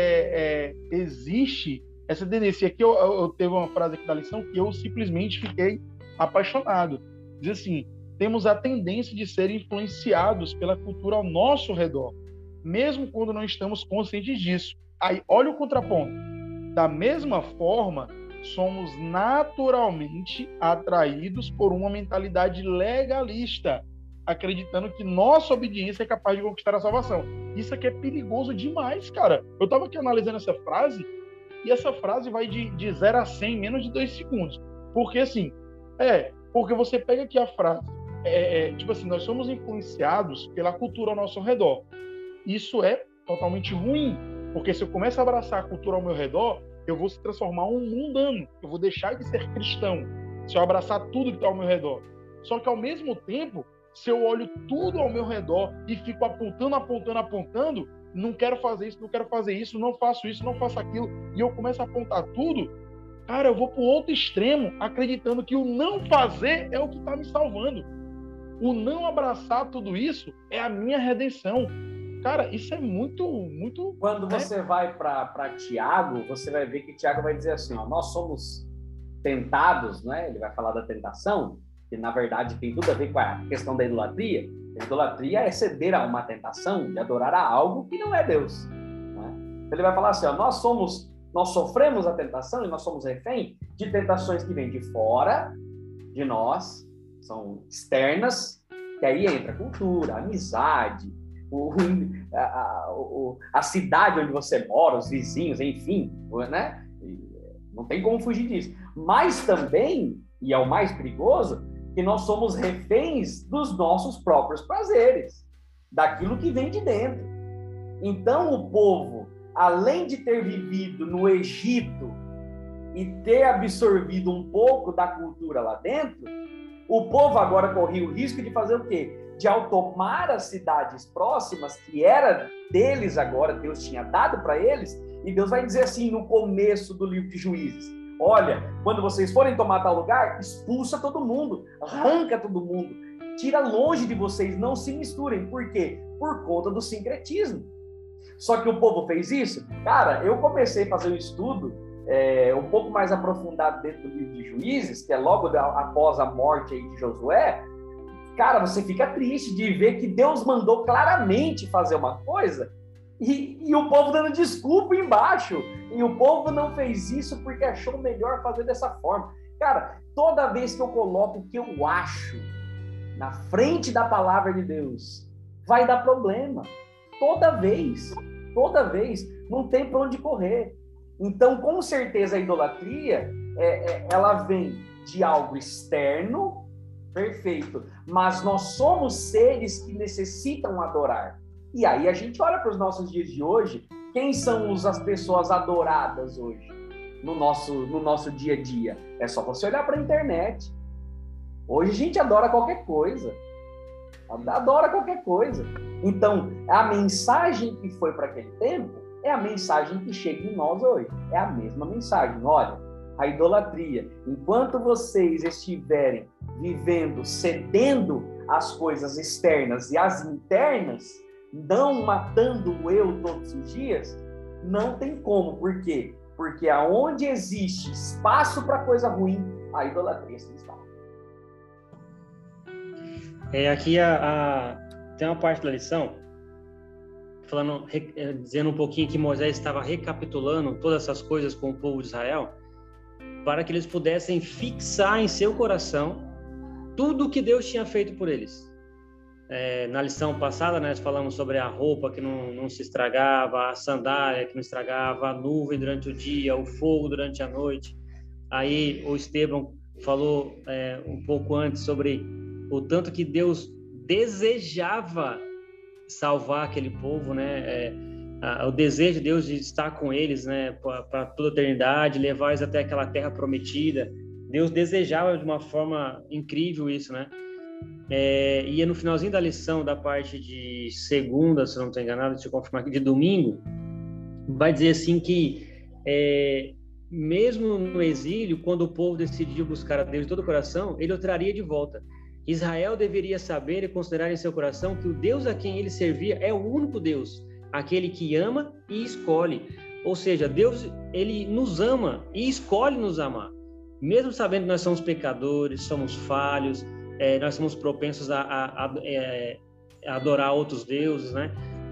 que existe essa tendência. Aqui eu teve uma frase aqui da lição que eu simplesmente fiquei apaixonado. Diz assim: temos a tendência de ser influenciados pela cultura ao nosso redor, mesmo quando não estamos conscientes disso. Aí, olha o contraponto. Da mesma forma, somos naturalmente atraídos por uma mentalidade legalista, acreditando que nossa obediência é capaz de conquistar a salvação. Isso aqui é perigoso demais, cara. Eu estava aqui analisando essa frase, e essa frase vai de 0 a 100 em menos de 2 segundos. Porque assim, porque você pega aqui a frase, tipo assim, nós somos influenciados pela cultura ao nosso redor. Isso é totalmente ruim, porque se eu começo a abraçar a cultura ao meu redor, eu vou se transformar em um mundano, eu vou deixar de ser cristão, se eu abraçar tudo que está ao meu redor. Só que ao mesmo tempo, se eu olho tudo ao meu redor e fico apontando, não quero fazer isso, não faço isso, não faço aquilo, e eu começo a apontar tudo, cara, eu vou para o outro extremo, acreditando que o não fazer é o que está me salvando. O não abraçar tudo isso é a minha redenção. Cara, isso é muito, muito... Quando você vai para Tiago, você vai ver que Tiago vai dizer assim, nós somos tentados, né? Ele vai falar da tentação, que na verdade tem tudo a ver com a questão da idolatria. A idolatria é ceder a uma tentação de adorar a algo que não é Deus, né? Então ele vai falar assim, nós sofremos a tentação e nós somos refém de tentações que vêm de fora de nós, são externas, que aí entra a cultura, a amizade, a cidade onde você mora, os vizinhos, enfim, né? Não tem como fugir disso. Mas também, e é o mais perigoso, que nós somos reféns dos nossos próprios prazeres, daquilo que vem de dentro. Então o povo, além de ter vivido no Egito e ter absorvido um pouco da cultura lá dentro, o povo agora corria o risco de fazer o quê? De ao tomar as cidades próximas, que era deles agora, Deus tinha dado para eles, e Deus vai dizer assim no começo do livro de Juízes, olha, quando vocês forem tomar tal lugar, expulsa todo mundo, arranca todo mundo, tira longe de vocês, não se misturem. Por quê? Por conta do sincretismo. Só que o povo fez isso? Cara, eu comecei a fazer um estudo um pouco mais aprofundado dentro do livro de Juízes, que é logo após a morte aí de Josué. Cara, você fica triste de ver que Deus mandou claramente fazer uma coisa e o povo dando desculpa embaixo. E o povo não fez isso porque achou melhor fazer dessa forma. Cara, toda vez que eu coloco o que eu acho na frente da palavra de Deus, vai dar problema. Toda vez, não tem para onde correr. Então, com certeza, a idolatria, ela vem de algo externo, perfeito, mas nós somos seres que necessitam adorar. E aí a gente olha para os nossos dias de hoje, quem são as pessoas adoradas hoje no nosso dia a dia? É só você olhar para a internet. Hoje a gente adora qualquer coisa. Então, a mensagem que foi para aquele tempo é a mensagem que chega em nós hoje. É a mesma mensagem. Olha, a idolatria, enquanto vocês estiverem vivendo, cedendo às coisas externas e às internas, não matando o eu todos os dias, não tem como. Por quê? Porque aonde existe espaço para coisa ruim, a idolatria se instala. Aqui tem uma parte da lição dizendo um pouquinho que Moisés estava recapitulando todas essas coisas com o povo de Israel, para que eles pudessem fixar em seu coração tudo o que Deus tinha feito por eles. Na lição passada, nós falamos sobre a roupa que não se estragava, a sandália que não estragava, a nuvem durante o dia, o fogo durante a noite. Aí o Estevão falou um pouco antes sobre o tanto que Deus desejava salvar aquele povo, né? O desejo de Deus de estar com eles, né? Para toda a eternidade, levar eles até aquela terra prometida. Deus desejava de uma forma incrível isso, né? E no finalzinho da lição, da parte de segunda, se eu não estou enganado, deixa eu confirmar aqui, de domingo, vai dizer assim que mesmo no exílio, quando o povo decidiu buscar a Deus de todo o coração, ele o traria de volta. Israel deveria saber e considerar em seu coração que o Deus a quem ele servia é o único Deus, aquele que ama e escolhe. Ou seja, Deus, ele nos ama e escolhe nos amar. Mesmo sabendo que nós somos pecadores, somos falhos, nós somos propensos a adorar outros deuses, né?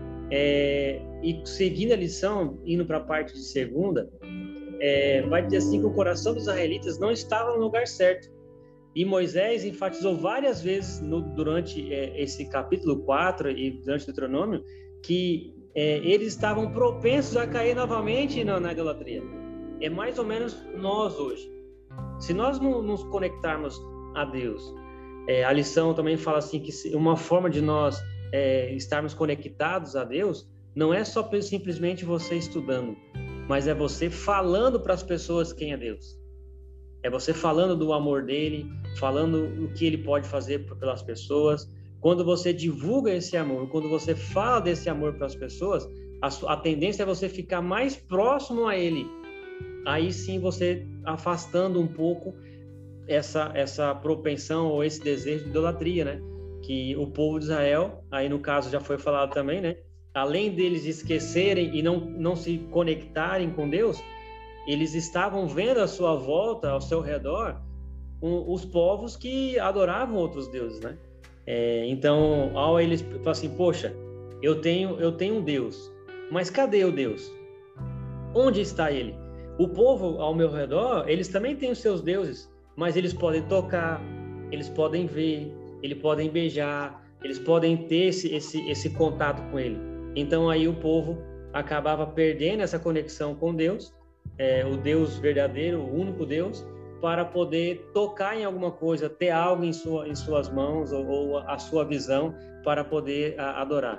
E seguindo a lição, indo para a parte de segunda, vai dizer assim que o coração dos israelitas não estava no lugar certo. E Moisés enfatizou várias vezes durante esse capítulo 4 e durante o Deuteronômio que eles estavam propensos a cair novamente na idolatria. É mais ou menos nós hoje. Se nós não nos conectarmos a Deus, a lição também fala assim que uma forma de nós estarmos conectados a Deus não é só simplesmente você estudando, mas é você falando para as pessoas quem é Deus. É você falando do amor dele, falando o que ele pode fazer pelas pessoas. Quando você divulga esse amor, quando você fala desse amor para as pessoas, a tendência é você ficar mais próximo a ele. Aí sim você afastando um pouco essa propensão ou esse desejo de idolatria, né? Que o povo de Israel, aí no caso já foi falado também, né? Além deles esquecerem e não se conectarem com Deus, eles estavam vendo à sua volta, ao seu redor, os povos que adoravam outros deuses, né? Então, ao eles falam assim, poxa, eu tenho um Deus, mas cadê o Deus? Onde está ele? O povo ao meu redor, eles também têm os seus deuses, mas eles podem tocar, eles podem ver, eles podem beijar, eles podem ter esse contato com ele. Então, aí o povo acabava perdendo essa conexão com Deus, o Deus verdadeiro, o único Deus, para poder tocar em alguma coisa, ter algo em suas mãos ou a sua visão para poder adorar.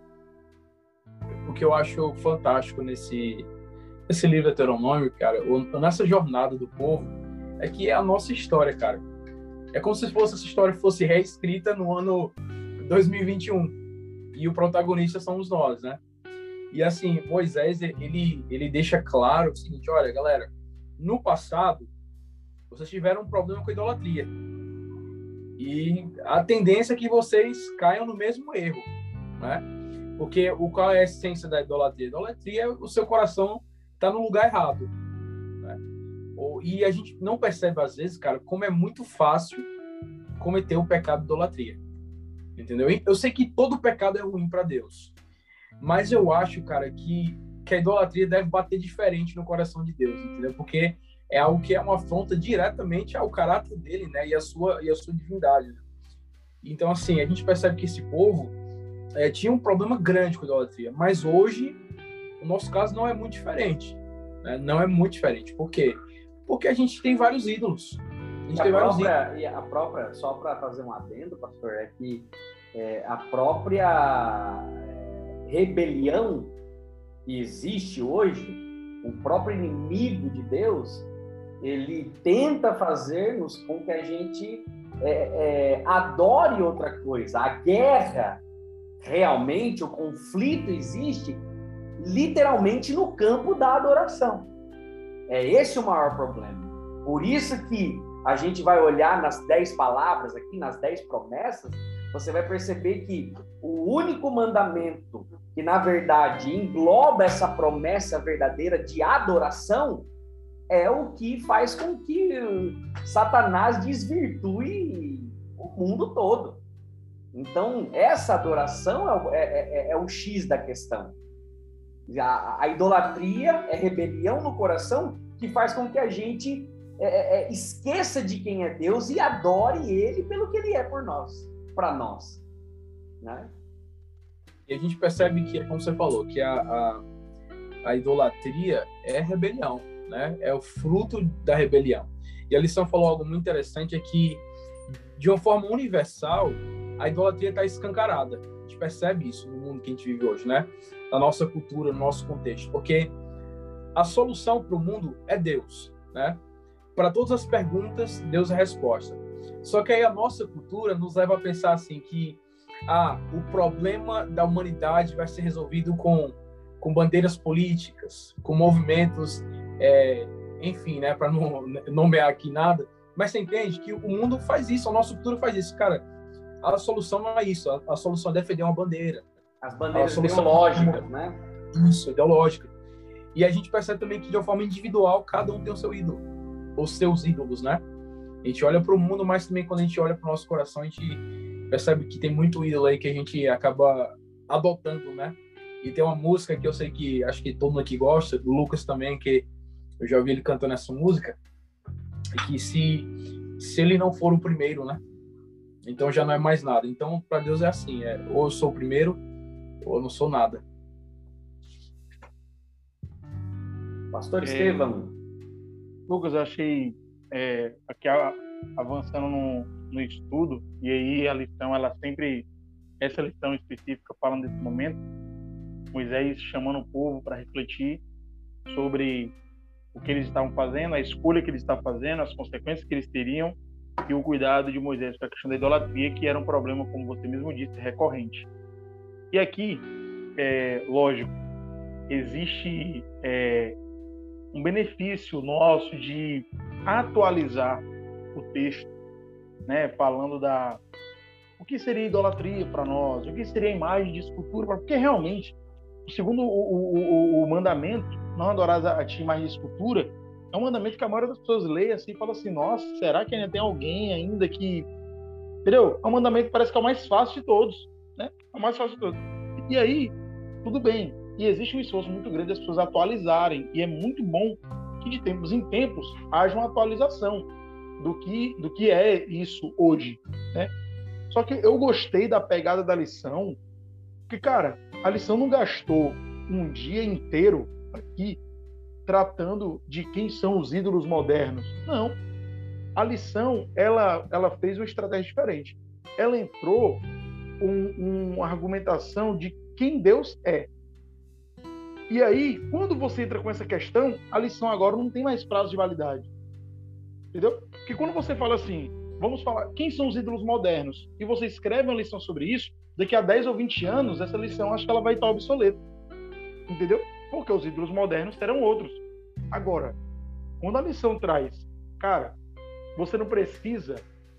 O que eu acho fantástico nesse livro Deuteronômio, cara, nessa jornada do povo, é que é a nossa história, cara. É como se essa história fosse reescrita no ano 2021 e o protagonista somos nós, né? E assim, Moisés, ele deixa claro o seguinte, olha, galera, no passado, vocês tiveram um problema com a idolatria. E a tendência é que vocês caiam no mesmo erro, né? Porque qual é a essência da idolatria? A idolatria é o seu coração está no lugar errado, né? E a gente não percebe, às vezes, cara, como é muito fácil cometer o pecado de idolatria. Entendeu? Eu sei que todo pecado é ruim para Deus. Mas eu acho, cara, que a idolatria deve bater diferente no coração de Deus, entendeu? Porque é algo que é uma afronta diretamente ao caráter dele, né? E a sua divindade. Né? Então, assim, a gente percebe que esse povo tinha um problema grande com a idolatria, mas hoje o nosso caso não é muito diferente. Né? Não é muito diferente. Por quê? Porque a gente tem vários ídolos. A própria, só para fazer um adendo, pastor, é que a própria rebelião que existe hoje, o próprio inimigo de Deus, ele tenta fazer-nos com que a gente adore outra coisa. A guerra, realmente, o conflito existe literalmente no campo da adoração. É esse o maior problema. Por isso que a gente vai olhar nas 10 palavras aqui, nas 10 promessas, você vai perceber que o único mandamento que, na verdade, engloba essa promessa verdadeira de adoração é o que faz com que Satanás desvirtue o mundo todo. Então, essa adoração é o X da questão. A idolatria é rebelião no coração que faz com que a gente esqueça de quem é Deus e adore Ele pelo que Ele é por nós, para nós. Né? E a gente percebe que, como você falou, que a idolatria é rebelião, né? É o fruto da rebelião. E a lição falou algo muito interessante, é que, de uma forma universal, a idolatria está escancarada. A gente percebe isso no mundo que a gente vive hoje, né? Na nossa cultura, no nosso contexto. Porque a solução para o mundo é Deus, né? Para todas as perguntas, Deus é a resposta. Só que aí a nossa cultura nos leva a pensar assim que o problema da humanidade vai ser resolvido com bandeiras políticas, com movimentos, enfim, né? Para não nomear aqui nada. Mas você entende que o mundo faz isso, a nossa cultura faz isso. Cara, a solução não é isso. A solução é defender uma bandeira. As bandeiras ideológicas, né? Isso, ideológica. E a gente percebe também que, de uma forma individual, cada um tem o seu ídolo. Os seus ídolos, né? A gente olha para o mundo, mas também quando a gente olha para o nosso coração, a gente percebe que tem muito ídolo aí que a gente acaba adotando, né? E tem uma música que eu sei que, acho que todo mundo aqui gosta, do Lucas também, que eu já ouvi ele cantando essa música, que se ele não for o primeiro, né? Então já não é mais nada. Então, para Deus é assim, ou eu sou o primeiro, ou eu não sou nada. Pastor Estevão. Lucas, eu achei aqui avançando no estudo, e aí a lição, essa lição específica falando desse momento, Moisés chamando o povo para refletir sobre o que eles estavam fazendo, a escolha que eles estavam fazendo, as consequências que eles teriam e o cuidado de Moisés para a questão da idolatria, que era um problema, como você mesmo disse, recorrente. E aqui, lógico, existe um benefício nosso de atualizar o texto, né, falando o que seria idolatria para nós, o que seria imagem de escultura, porque realmente, segundo o mandamento, não adorar a ti imagem de escultura, é um mandamento que a maioria das pessoas lê assim e fala assim, nossa, será que ainda tem alguém ainda que... Entendeu? É um mandamento que parece que é o mais fácil de todos, né? É o mais fácil de todos. E aí, tudo bem. E existe um esforço muito grande das pessoas atualizarem. E é muito bom que de tempos em tempos haja uma atualização do que é isso hoje, né? Só que eu gostei da pegada da lição, porque, cara, a lição não gastou um dia inteiro aqui tratando de quem são os ídolos modernos. Não. A lição, ela fez uma estratégia diferente. Ela entrou com uma argumentação de quem Deus é. E aí, quando você entra com essa questão, a lição agora não tem mais prazo de validade. Entendeu? Porque quando você fala assim, vamos falar quem são os ídolos modernos, e você escreve uma lição sobre isso, daqui a 10 ou 20 anos, essa lição acho que ela vai estar obsoleta. Entendeu? Porque os ídolos modernos terão outros. Agora, quando a lição traz, cara, você não precisa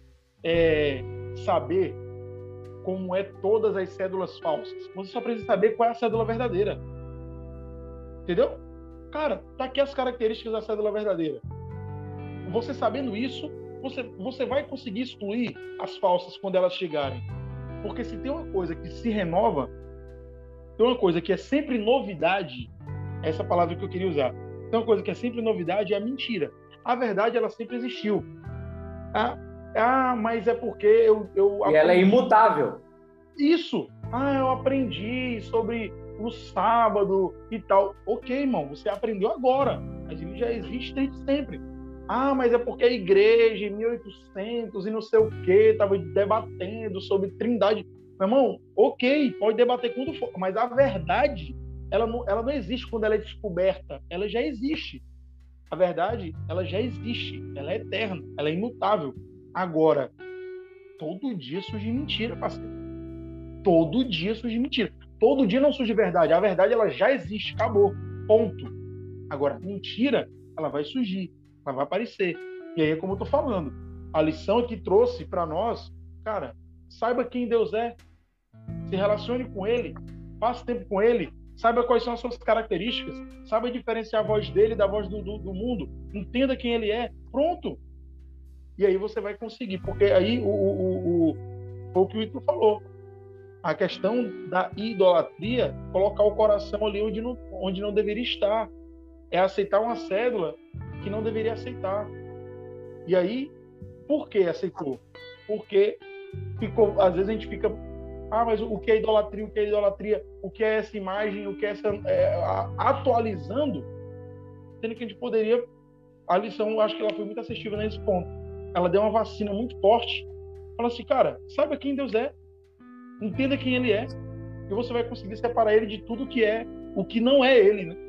saber como é todas as cédulas falsas. Você só precisa saber qual é a cédula verdadeira. Entendeu? Cara, tá aqui as características da cédula verdadeira. Você sabendo isso, você vai conseguir excluir as falsas quando elas chegarem. Porque se tem uma coisa que se renova, tem uma coisa que é sempre novidade, essa palavra que eu queria usar, tem uma coisa que é sempre novidade, é a mentira. A verdade, ela sempre existiu. Mas é porque eu E ela é imutável. Isso. Eu aprendi sobre o sábado e tal. Ok, irmão, você aprendeu agora. Mas ele já existe desde sempre. Mas é porque a igreja, em 1800 e não sei o quê, estava debatendo sobre trindade. Meu irmão, ok, pode debater quando for, mas a verdade, ela não existe quando ela é descoberta. Ela já existe. A verdade, ela já existe. Ela é eterna, ela é imutável. Agora, todo dia surge mentira, parceiro. Todo dia surge mentira. Todo dia não surge verdade. A verdade, ela já existe, acabou. Ponto. Agora, mentira, ela vai surgir, ela vai aparecer. E aí é como eu tô falando. A lição que trouxe para nós, cara, saiba quem Deus é, se relacione com Ele, passe tempo com Ele, saiba quais são as suas características, saiba diferenciar a voz dele da voz do mundo, entenda quem Ele é, pronto. E aí você vai conseguir, porque aí foi o que o Ítalo falou. A questão da idolatria, colocar o coração ali onde não deveria estar, é aceitar uma cédula que não deveria aceitar. E aí, por que aceitou? Porque às vezes a gente fica, mas o que é idolatria, o que é idolatria, o que é essa imagem, o que é essa... atualizando, sendo que a gente poderia... A lição, acho que ela foi muito assertiva nesse ponto. Ela deu uma vacina muito forte. Fala assim, cara, saiba quem Deus é, entenda quem Ele é, e você vai conseguir separar Ele de tudo que é o que não é Ele, né?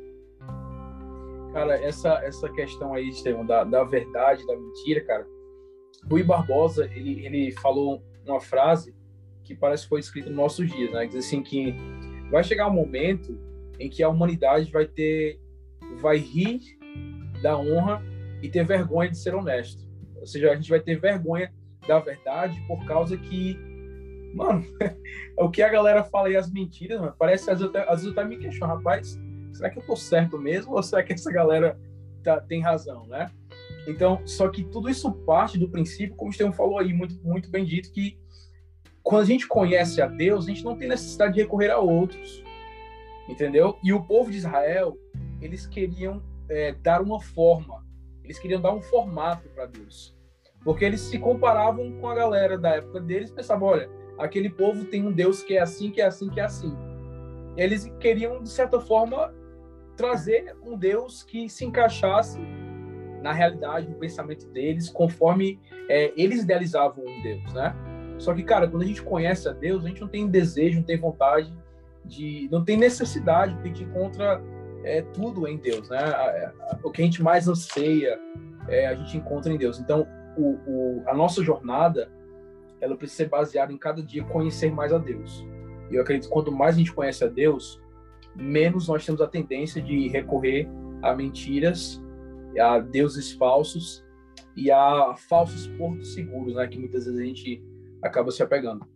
Cara, essa questão aí, Estevão, da verdade, da mentira, cara, Rui Barbosa, ele falou uma frase que parece que foi escrita nos nossos dias, né? Diz assim que vai chegar um momento em que a humanidade vai rir da honra e ter vergonha de ser honesto. Ou seja, a gente vai ter vergonha da verdade por causa que, mano, o que a galera fala aí, as mentiras, mano, parece, às vezes eu até me questiono, rapaz, será que eu tô certo mesmo ou será que essa galera tem razão, né? Então, só que tudo isso parte do princípio, como o Estevão falou aí, muito, muito bem dito, que quando a gente conhece a Deus, a gente não tem necessidade de recorrer a outros, entendeu? E o povo de Israel, eles queriam dar uma forma, eles queriam dar um formato para Deus, porque eles se comparavam com a galera da época deles e pensavam, olha, aquele povo tem um Deus que é assim, que é assim, que é assim. Eles queriam, de certa forma, trazer um Deus que se encaixasse na realidade, no pensamento deles, conforme eles idealizavam um Deus, né? Só que, cara, quando a gente conhece a Deus, a gente não tem desejo, não tem vontade, não tem necessidade, porque a gente encontra tudo em Deus, né? O que a gente mais anseia, a gente encontra em Deus. Então, a nossa jornada, ela precisa ser baseada em cada dia conhecer mais a Deus. E eu acredito que quanto mais a gente conhece a Deus, menos nós temos a tendência de recorrer a mentiras, a deuses falsos e a falsos portos seguros, né, que muitas vezes a gente acaba se apegando.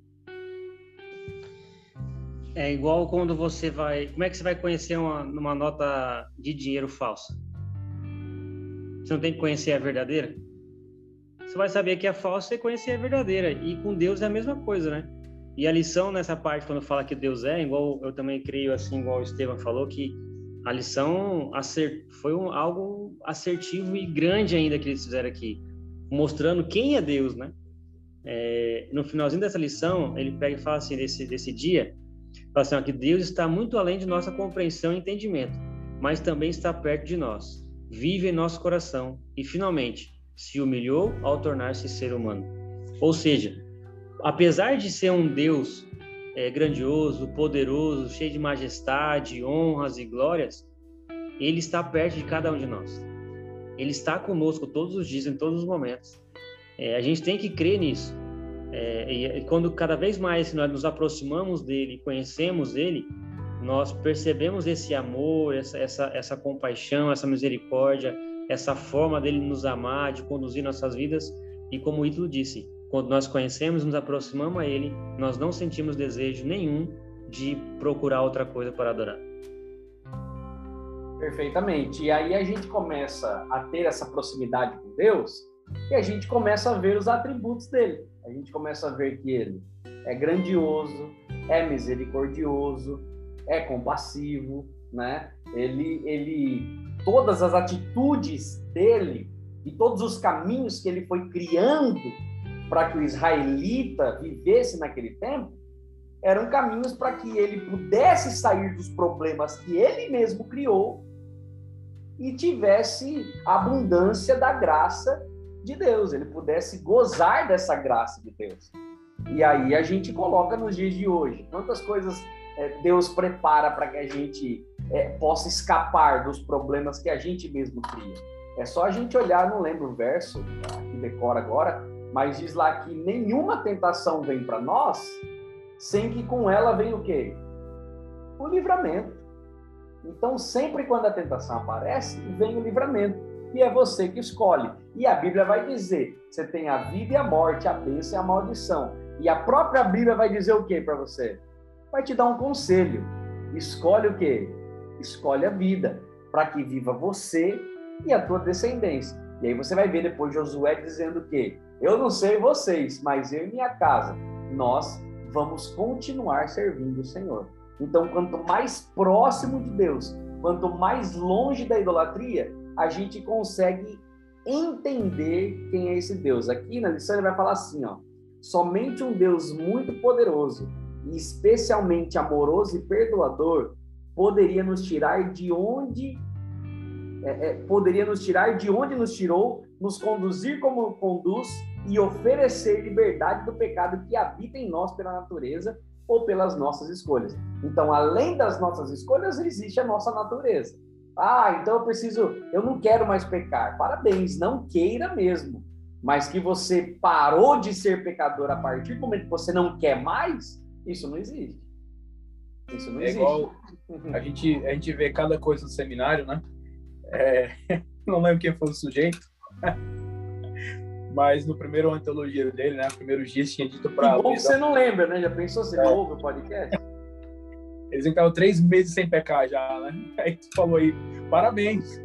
É igual quando você vai... Como é que você vai conhecer uma nota de dinheiro falsa? Você não tem que conhecer a verdadeira? Você vai saber que é falsa e conhecer a verdadeira. E com Deus é a mesma coisa, né? E a lição nessa parte, quando fala que Deus igual eu também creio, assim, igual o Estevão falou, que a lição foi algo assertivo e grande ainda que eles fizeram aqui, mostrando quem é Deus, né? No finalzinho dessa lição, ele pega e fala assim, desse dia, fala assim, que Deus está muito além de nossa compreensão e entendimento, mas também está perto de nós, vive em nosso coração e, finalmente, se humilhou ao tornar-se ser humano. Ou seja, apesar de ser um Deus grandioso, poderoso, cheio de majestade, honras e glórias, Ele está perto de cada um de nós. Ele está conosco todos os dias, em todos os momentos. A gente tem que crer nisso. E quando cada vez mais nós nos aproximamos dEle, conhecemos Ele, nós percebemos esse amor, essa compaixão, essa misericórdia, essa forma dEle nos amar, de conduzir nossas vidas. E como o Ítalo disse, quando nós conhecemos, nos aproximamos a Ele, nós não sentimos desejo nenhum de procurar outra coisa para adorar. Perfeitamente. E aí a gente começa a ter essa proximidade com Deus e a gente começa a ver os atributos dele. A gente começa a ver que ele é grandioso, é misericordioso, é compassivo, né? Ele todas as atitudes dele e todos os caminhos que ele foi criando para que o israelita vivesse naquele tempo, eram caminhos para que ele pudesse sair dos problemas que ele mesmo criou e tivesse a abundância da graça de Deus, ele pudesse gozar dessa graça de Deus. E aí a gente coloca nos dias de hoje, quantas coisas Deus prepara para que a gente possa escapar dos problemas que a gente mesmo cria. É só a gente olhar, não lembro o verso, que decora agora, mas diz lá que nenhuma tentação vem para nós sem que com ela venha o quê? O livramento. Então, sempre quando a tentação aparece, vem o livramento. E é você que escolhe. E a Bíblia vai dizer, você tem a vida e a morte, a bênção e a maldição. E a própria Bíblia vai dizer o quê para você? Vai te dar um conselho. Escolhe o quê? Escolhe a vida, para que viva você e a tua descendência. E aí você vai ver depois Josué dizendo o quê? Eu não sei vocês, mas eu e minha casa, nós vamos continuar servindo o Senhor. Então, quanto mais próximo de Deus, quanto mais longe da idolatria, a gente consegue entender quem é esse Deus. Aqui na lição ele vai falar assim, ó, somente um Deus muito poderoso e especialmente amoroso e perdoador poderia nos tirar de onde nos tirou, nos conduzir como conduz e oferecer liberdade do pecado que habita em nós pela natureza ou pelas nossas escolhas. Então, além das nossas escolhas, existe a nossa natureza. Então eu não quero mais pecar. Parabéns, não queira mesmo. Mas que você parou de ser pecador a partir do momento que você não quer mais, isso não existe. Isso não existe. Igual a gente vê cada coisa no seminário, né? Não lembro quem foi o sujeito, mas no primeiro ano de teologia dele, né? Primeiros dias tinha dito para... Que bom que você não lembra, né? Já pensou, você não ouve o podcast? Eles entraram 3 meses sem pecar já, né? Aí tu falou aí, parabéns.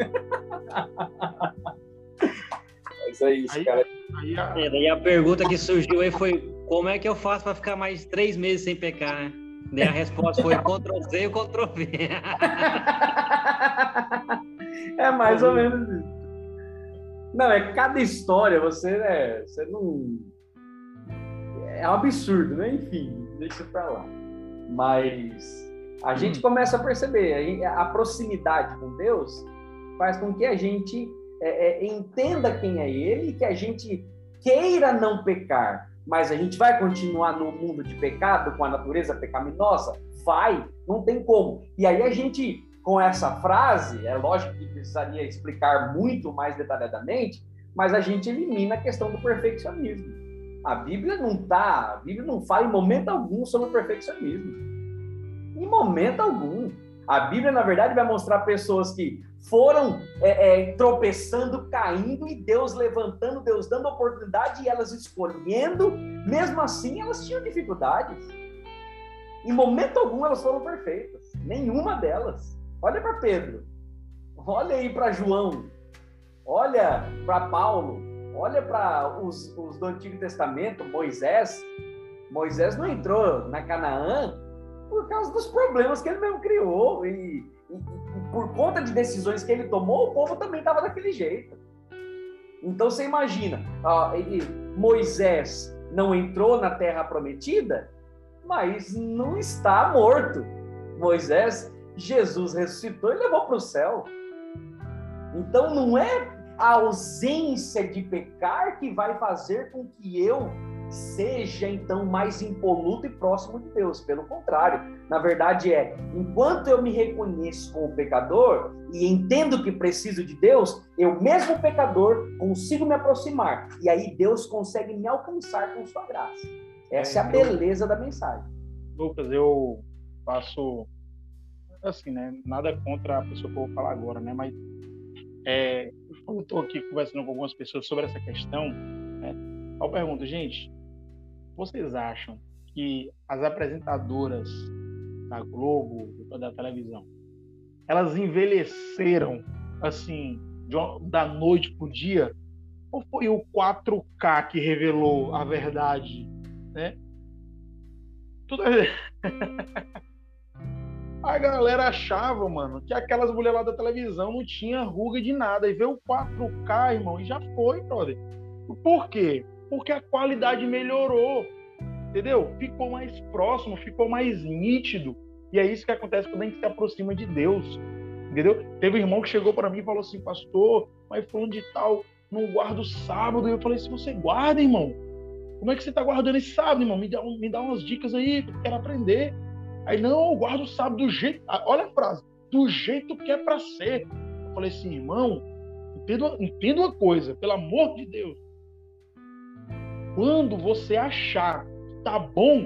Mas é isso, cara. Daí a pergunta que surgiu aí foi, como é que eu faço para ficar mais 3 meses sem pecar, né? Daí a resposta foi Ctrl+Z e Ctrl+V. É mais ou menos isso. Não, cada história, você não... É um absurdo, né? Enfim, deixa pra lá. Mas a gente começa a perceber, a proximidade com Deus faz com que a gente entenda quem é Ele e que a gente queira não pecar. Mas a gente vai continuar no mundo de pecado, com a natureza pecaminosa? Vai, não tem como. E aí a gente, com essa frase, é lógico que precisaria explicar muito mais detalhadamente, mas a gente elimina a questão do perfeccionismo. A Bíblia não fala em momento algum sobre o perfeccionismo. Em momento algum. A Bíblia, na verdade, vai mostrar pessoas que foram tropeçando, caindo, e Deus levantando, Deus dando oportunidade, e elas escolhendo. Mesmo assim, elas tinham dificuldades. Em momento algum, elas foram perfeitas. Nenhuma delas. Olha para Pedro. Olha aí para João. Olha para Paulo. Olha para os do Antigo Testamento, Moisés. Moisés não entrou na Canaã por causa dos problemas que ele mesmo criou. E por conta de decisões que ele tomou, o povo também estava daquele jeito. Então você imagina, Moisés não entrou na Terra Prometida, mas não está morto. Jesus ressuscitou e levou para o céu. Então não é a ausência de pecar que vai fazer com que eu seja então mais impoluto e próximo de Deus. Pelo contrário, na verdade enquanto eu me reconheço como pecador e entendo que preciso de Deus, eu mesmo pecador consigo me aproximar, e aí Deus consegue me alcançar com sua graça. Essa é a beleza da mensagem. Lucas, eu faço assim, né? Nada contra a pessoa que eu vou falar agora, né? Mas eu estou aqui conversando com algumas pessoas sobre essa questão, né? Eu pergunto, gente, vocês acham que as apresentadoras da Globo, da televisão, elas envelheceram assim, da noite pro dia? Ou foi o 4K que revelou a verdade, né? A galera achava, mano, que aquelas mulheres lá da televisão não tinha ruga de nada. E veio o 4K, irmão, e já foi, brother. Por quê? Porque a qualidade melhorou, entendeu? Ficou mais próximo, ficou mais nítido. E é isso que acontece quando a gente se aproxima de Deus, entendeu? Teve um irmão que chegou para mim e falou assim, pastor, mas falando de tal, não guarda o sábado. E eu falei, se você guarda, irmão, como é que você tá guardando esse sábado, irmão? Me dá umas dicas aí, eu quero aprender. Aí, não, eu guardo o sábado do jeito... Olha a frase, do jeito que é para ser. Eu falei assim, irmão, entenda uma coisa, pelo amor de Deus. Quando você achar que tá bom,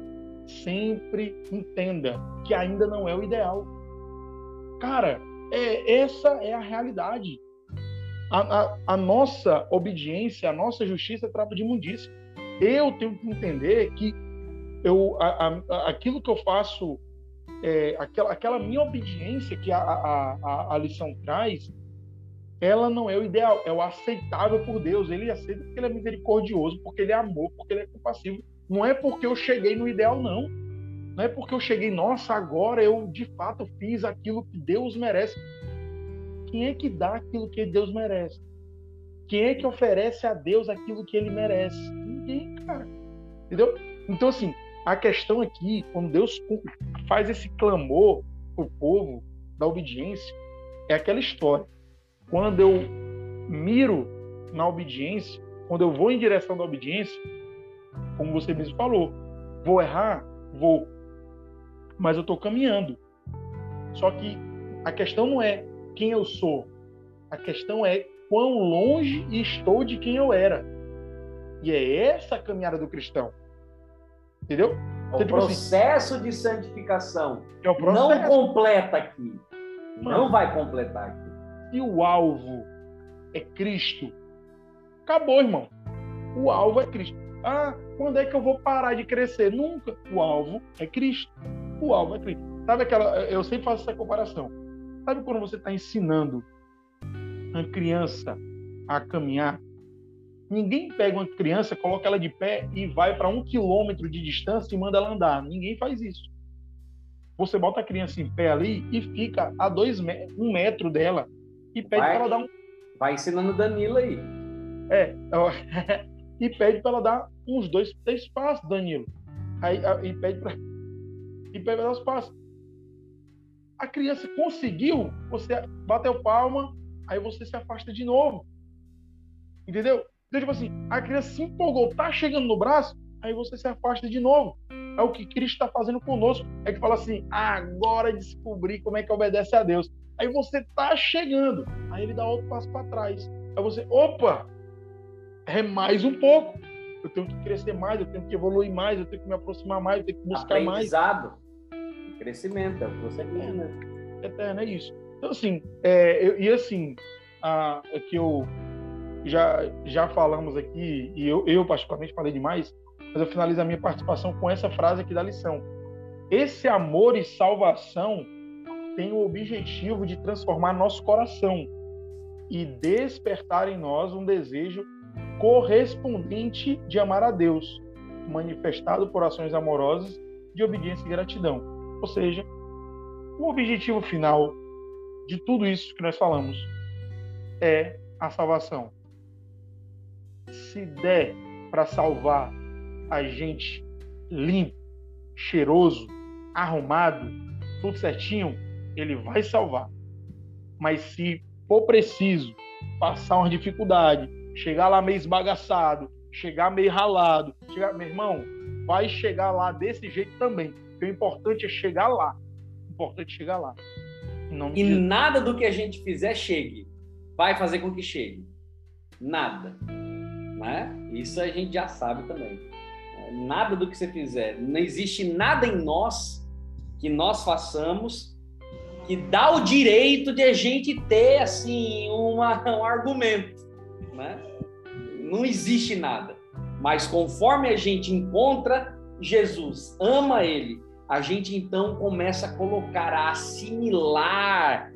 sempre entenda que ainda não é o ideal. Cara, essa é a realidade. A nossa obediência, a nossa justiça trata de imundícia. Eu tenho que entender que aquilo que eu faço, aquela minha obediência que a lição traz, ela não é o ideal, é o aceitável por Deus. Ele aceita porque ele é misericordioso, porque ele é amor, porque ele é compassivo. Não é porque eu cheguei no ideal, não. Não é porque eu cheguei, nossa, agora eu de fato fiz aquilo que Deus merece. Quem é que dá aquilo que Deus merece? Quem é que oferece a Deus aquilo que ele merece? Ninguém, cara. Entendeu? Então, assim, a questão aqui, quando Deus faz esse clamor para o povo da obediência, é aquela história. Quando eu miro na obediência, quando eu vou em direção da obediência, como você mesmo falou, vou errar? Vou. Mas eu estou caminhando. Só que a questão não é quem eu sou. A questão é quão longe estou de quem eu era. E é essa a caminhada do cristão. Entendeu? O processo de santificação é o processo. Não completa aqui. Não vai completar aqui. Se o alvo é Cristo, acabou, irmão. O alvo é Cristo. Ah, quando é que eu vou parar de crescer? Nunca. O alvo é Cristo. O alvo é Cristo. Sabe aquela... Eu sempre faço essa comparação. Sabe quando você está ensinando uma criança a caminhar? Ninguém pega uma criança, coloca ela de pé e vai para 1 quilômetro de distância e manda ela andar. Ninguém faz isso. Você bota a criança em pé ali e fica a 1 metro dela e pede para ela dar um... Vai ensinando Danilo aí. E pede para ela dar uns 2, 3 passos, Danilo. E pede para dar os passos. A criança conseguiu, você bateu palma, aí você se afasta de novo. Entendeu? Então, tipo assim, a criança se empolgou, tá chegando no braço, aí você se afasta de novo. É o que Cristo está fazendo conosco. É que fala assim, agora descobri como é que obedece a Deus. Aí você tá chegando, aí ele dá outro passo para trás. Aí você, opa, é mais um pouco. Eu tenho que crescer mais, eu tenho que evoluir mais, eu tenho que me aproximar mais, eu tenho que buscar mais. Aprendizado, crescimento, é o que você quer, né? Eterno, é isso. Então, assim, que eu já falamos aqui, e eu particularmente falei demais, mas eu finalizo a minha participação com essa frase aqui da lição. Esse amor e salvação tem o objetivo de transformar nosso coração e despertar em nós um desejo correspondente de amar a Deus, manifestado por ações amorosas de obediência e gratidão. Ou seja, o objetivo final de tudo isso que nós falamos é a salvação. Se der para salvar a gente limpo, cheiroso, arrumado, tudo certinho, ele vai salvar. Mas se for preciso passar uma dificuldade, chegar lá meio esbagaçado, chegar meio ralado, meu irmão, vai chegar lá desse jeito também. Porque o importante é chegar lá. O importante é chegar lá. E nada do que a gente fizer chegue. Vai fazer com que chegue. Nada. Né? Isso a gente já sabe também. Nada do que você fizer. Não existe nada em nós que nós façamos que dá o direito de a gente ter assim, um argumento. Né? Não existe nada. Mas conforme a gente encontra Jesus, ama Ele, a gente então começa a colocar, a assimilar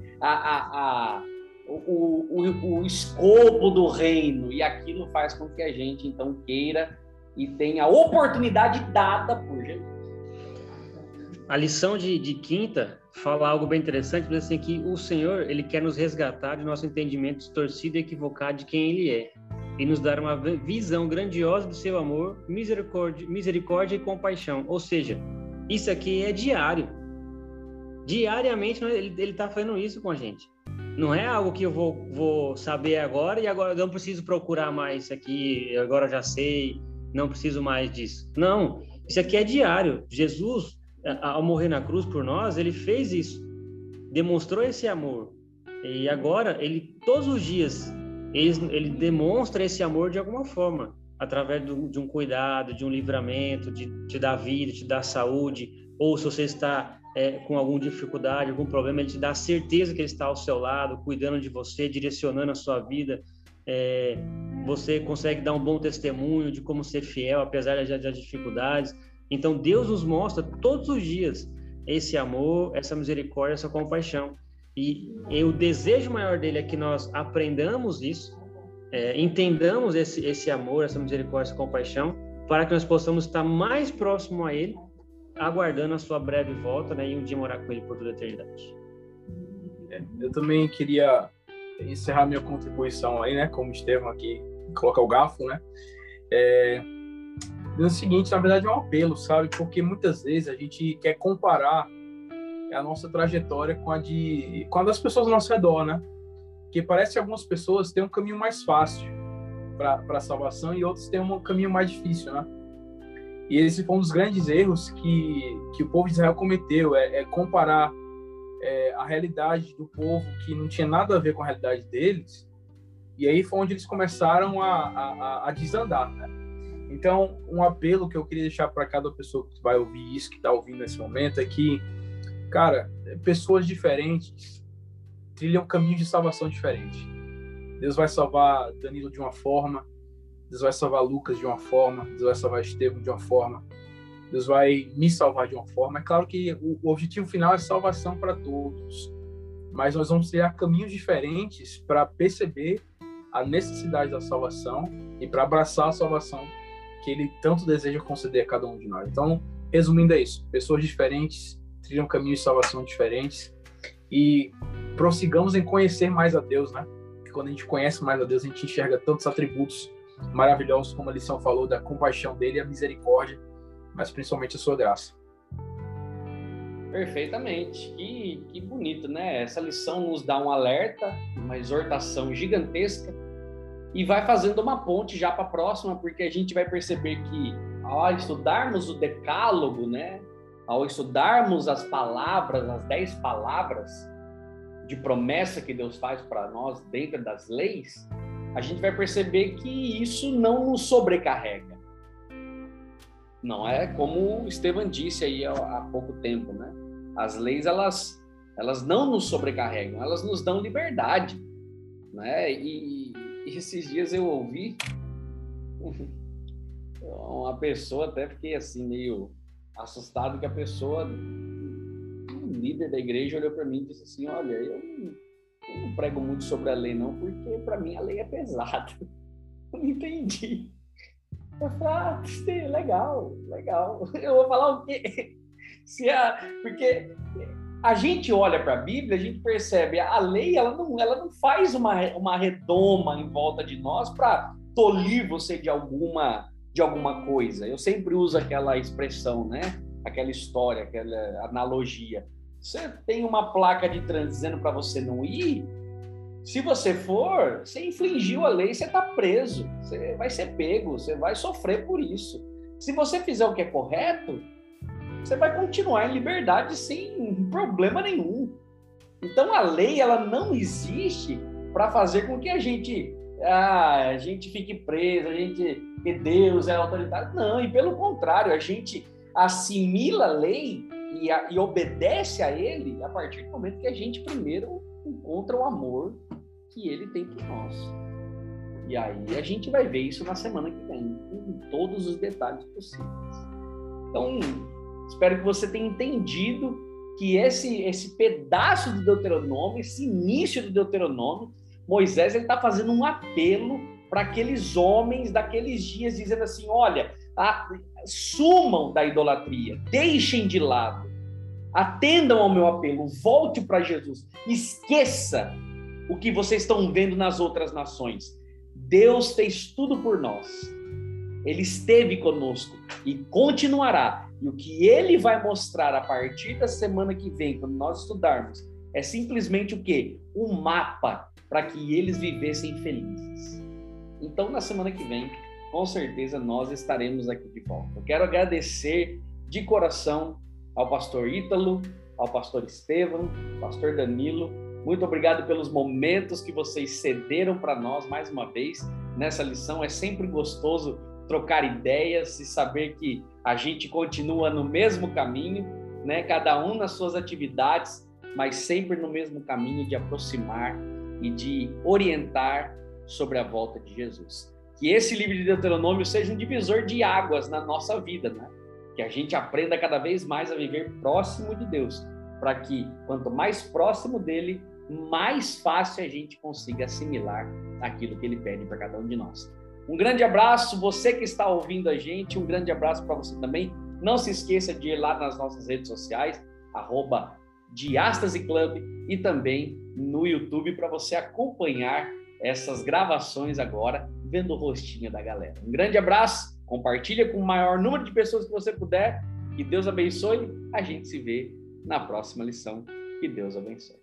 o escopo do reino, e aquilo faz com que a gente então queira e tenha a oportunidade dada por Jesus. A lição de quinta fala algo bem interessante, diz assim que o Senhor, ele quer nos resgatar de nosso entendimento distorcido e equivocado de quem ele é e nos dar uma visão grandiosa do seu amor, misericórdia e compaixão. Ou seja, isso aqui é diário. Diariamente ele está fazendo isso com a gente. Não é algo que eu vou saber agora e agora eu não preciso procurar mais isso aqui, agora eu já sei, não preciso mais disso. Não, isso aqui é diário. Jesus, ao morrer na cruz por nós, ele fez isso, demonstrou esse amor. E agora, ele todos os dias, ele demonstra esse amor de alguma forma, através de um cuidado, de um livramento, de te dar vida, te dar saúde, ou se você está com alguma dificuldade, algum problema, ele te dá a certeza que ele está ao seu lado, cuidando de você, direcionando a sua vida. Você consegue dar um bom testemunho de como ser fiel, apesar das dificuldades. Então, Deus nos mostra todos os dias esse amor, essa misericórdia, essa compaixão. E o desejo maior dele é que nós aprendamos isso, entendamos esse amor, essa misericórdia, essa compaixão, para que nós possamos estar mais próximo a ele, aguardando a sua breve volta, né, e um dia morar com ele por toda a eternidade. Eu também queria encerrar minha contribuição aí, né, como Estevão aqui, colocar o garfo, né, no seguinte, na verdade é um apelo, sabe, porque muitas vezes a gente quer comparar a nossa trajetória com a das pessoas ao nosso redor, né, porque parece que algumas pessoas têm um caminho mais fácil para a salvação e outras têm um caminho mais difícil, né. E esse foi um dos grandes erros que o povo de Israel cometeu, comparar a realidade do povo que não tinha nada a ver com a realidade deles, e aí foi onde eles começaram a desandar, né? Então, um apelo que eu queria deixar para cada pessoa que vai ouvir isso, que está ouvindo nesse momento, é que, cara, pessoas diferentes trilham caminhos de salvação diferentes. Deus vai salvar Danilo de uma forma, Deus vai salvar Lucas de uma forma, Deus vai salvar Estevão de uma forma, Deus vai me salvar de uma forma. É claro que o objetivo final é salvação para todos, mas nós vamos ter caminhos diferentes para perceber a necessidade da salvação e para abraçar a salvação que Ele tanto deseja conceder a cada um de nós. Então, resumindo, é isso. Pessoas diferentes trilham caminhos de salvação diferentes e prossigamos em conhecer mais a Deus, né? Porque quando a gente conhece mais a Deus, a gente enxerga tantos atributos maravilhosos, como a lição falou, da compaixão dele e a misericórdia, mas principalmente a sua graça. Perfeitamente. Que bonito, né? Essa lição nos dá um alerta, uma exortação gigantesca e vai fazendo uma ponte já para a próxima, porque a gente vai perceber que ao estudarmos o decálogo, né? Ao estudarmos as palavras, as 10 palavras de promessa que Deus faz para nós dentro das leis, a gente vai perceber que isso não nos sobrecarrega. Não é como o Estevão disse aí há pouco tempo, né? As leis, elas não nos sobrecarregam, elas nos dão liberdade, né? E esses dias eu ouvi uma pessoa, até fiquei assim meio assustado, que a pessoa, um líder da igreja, olhou para mim e disse assim: olha, eu não prego muito sobre a lei não, porque para mim a lei é pesada. Eu não entendi. Eu falei, legal. Eu vou falar o quê? Porque a gente olha para a Bíblia, a gente percebe, a lei ela não faz uma redoma em volta de nós para tolir você de alguma coisa. Eu sempre uso aquela expressão, né? Aquela história, aquela analogia. Você tem uma placa de trânsito dizendo para você não ir, se você for, você infringiu a lei, você está preso, você vai ser pego, você vai sofrer por isso. Se você fizer o que é correto, você vai continuar em liberdade sem problema nenhum. Então a lei ela não existe para fazer com que a gente fique preso, que Deus é autoritário. Não, e pelo contrário, a gente assimila a lei e obedece a ele a partir do momento que a gente primeiro encontra o amor que ele tem por nós. E aí a gente vai ver isso na semana que vem, com todos os detalhes possíveis. Então, espero que você tenha entendido que esse pedaço do Deuteronômio, esse início do Deuteronômio, Moisés está fazendo um apelo para aqueles homens daqueles dias, dizendo assim: olha, sumam da idolatria, deixem de lado. Atendam ao meu apelo, volte para Jesus. Esqueça o que vocês estão vendo nas outras nações. Deus fez tudo por nós. Ele esteve conosco e continuará. E o que ele vai mostrar a partir da semana que vem, quando nós estudarmos, é simplesmente o quê? Um mapa para que eles vivessem felizes. Então, na semana que vem, com certeza, nós estaremos aqui de volta. Eu quero agradecer de coração ao pastor Ítalo, ao pastor Estevam, pastor Danilo. Muito obrigado pelos momentos que vocês cederam para nós mais uma vez nessa lição. É sempre gostoso trocar ideias e saber que a gente continua no mesmo caminho, né? Cada um nas suas atividades, mas sempre no mesmo caminho de aproximar e de orientar sobre a volta de Jesus. Que esse livro de Deuteronômio seja um divisor de águas na nossa vida, né? Que a gente aprenda cada vez mais a viver próximo de Deus, para que, quanto mais próximo dele, mais fácil a gente consiga assimilar aquilo que ele pede para cada um de nós. Um grande abraço, você que está ouvindo a gente, um grande abraço para você também. Não se esqueça de ir lá nas nossas redes sociais, @Diástase Club, e também no YouTube, para você acompanhar essas gravações agora, vendo o rostinho da galera. Um grande abraço, compartilha com o maior número de pessoas que você puder, que Deus abençoe, a gente se vê na próxima lição, que Deus abençoe.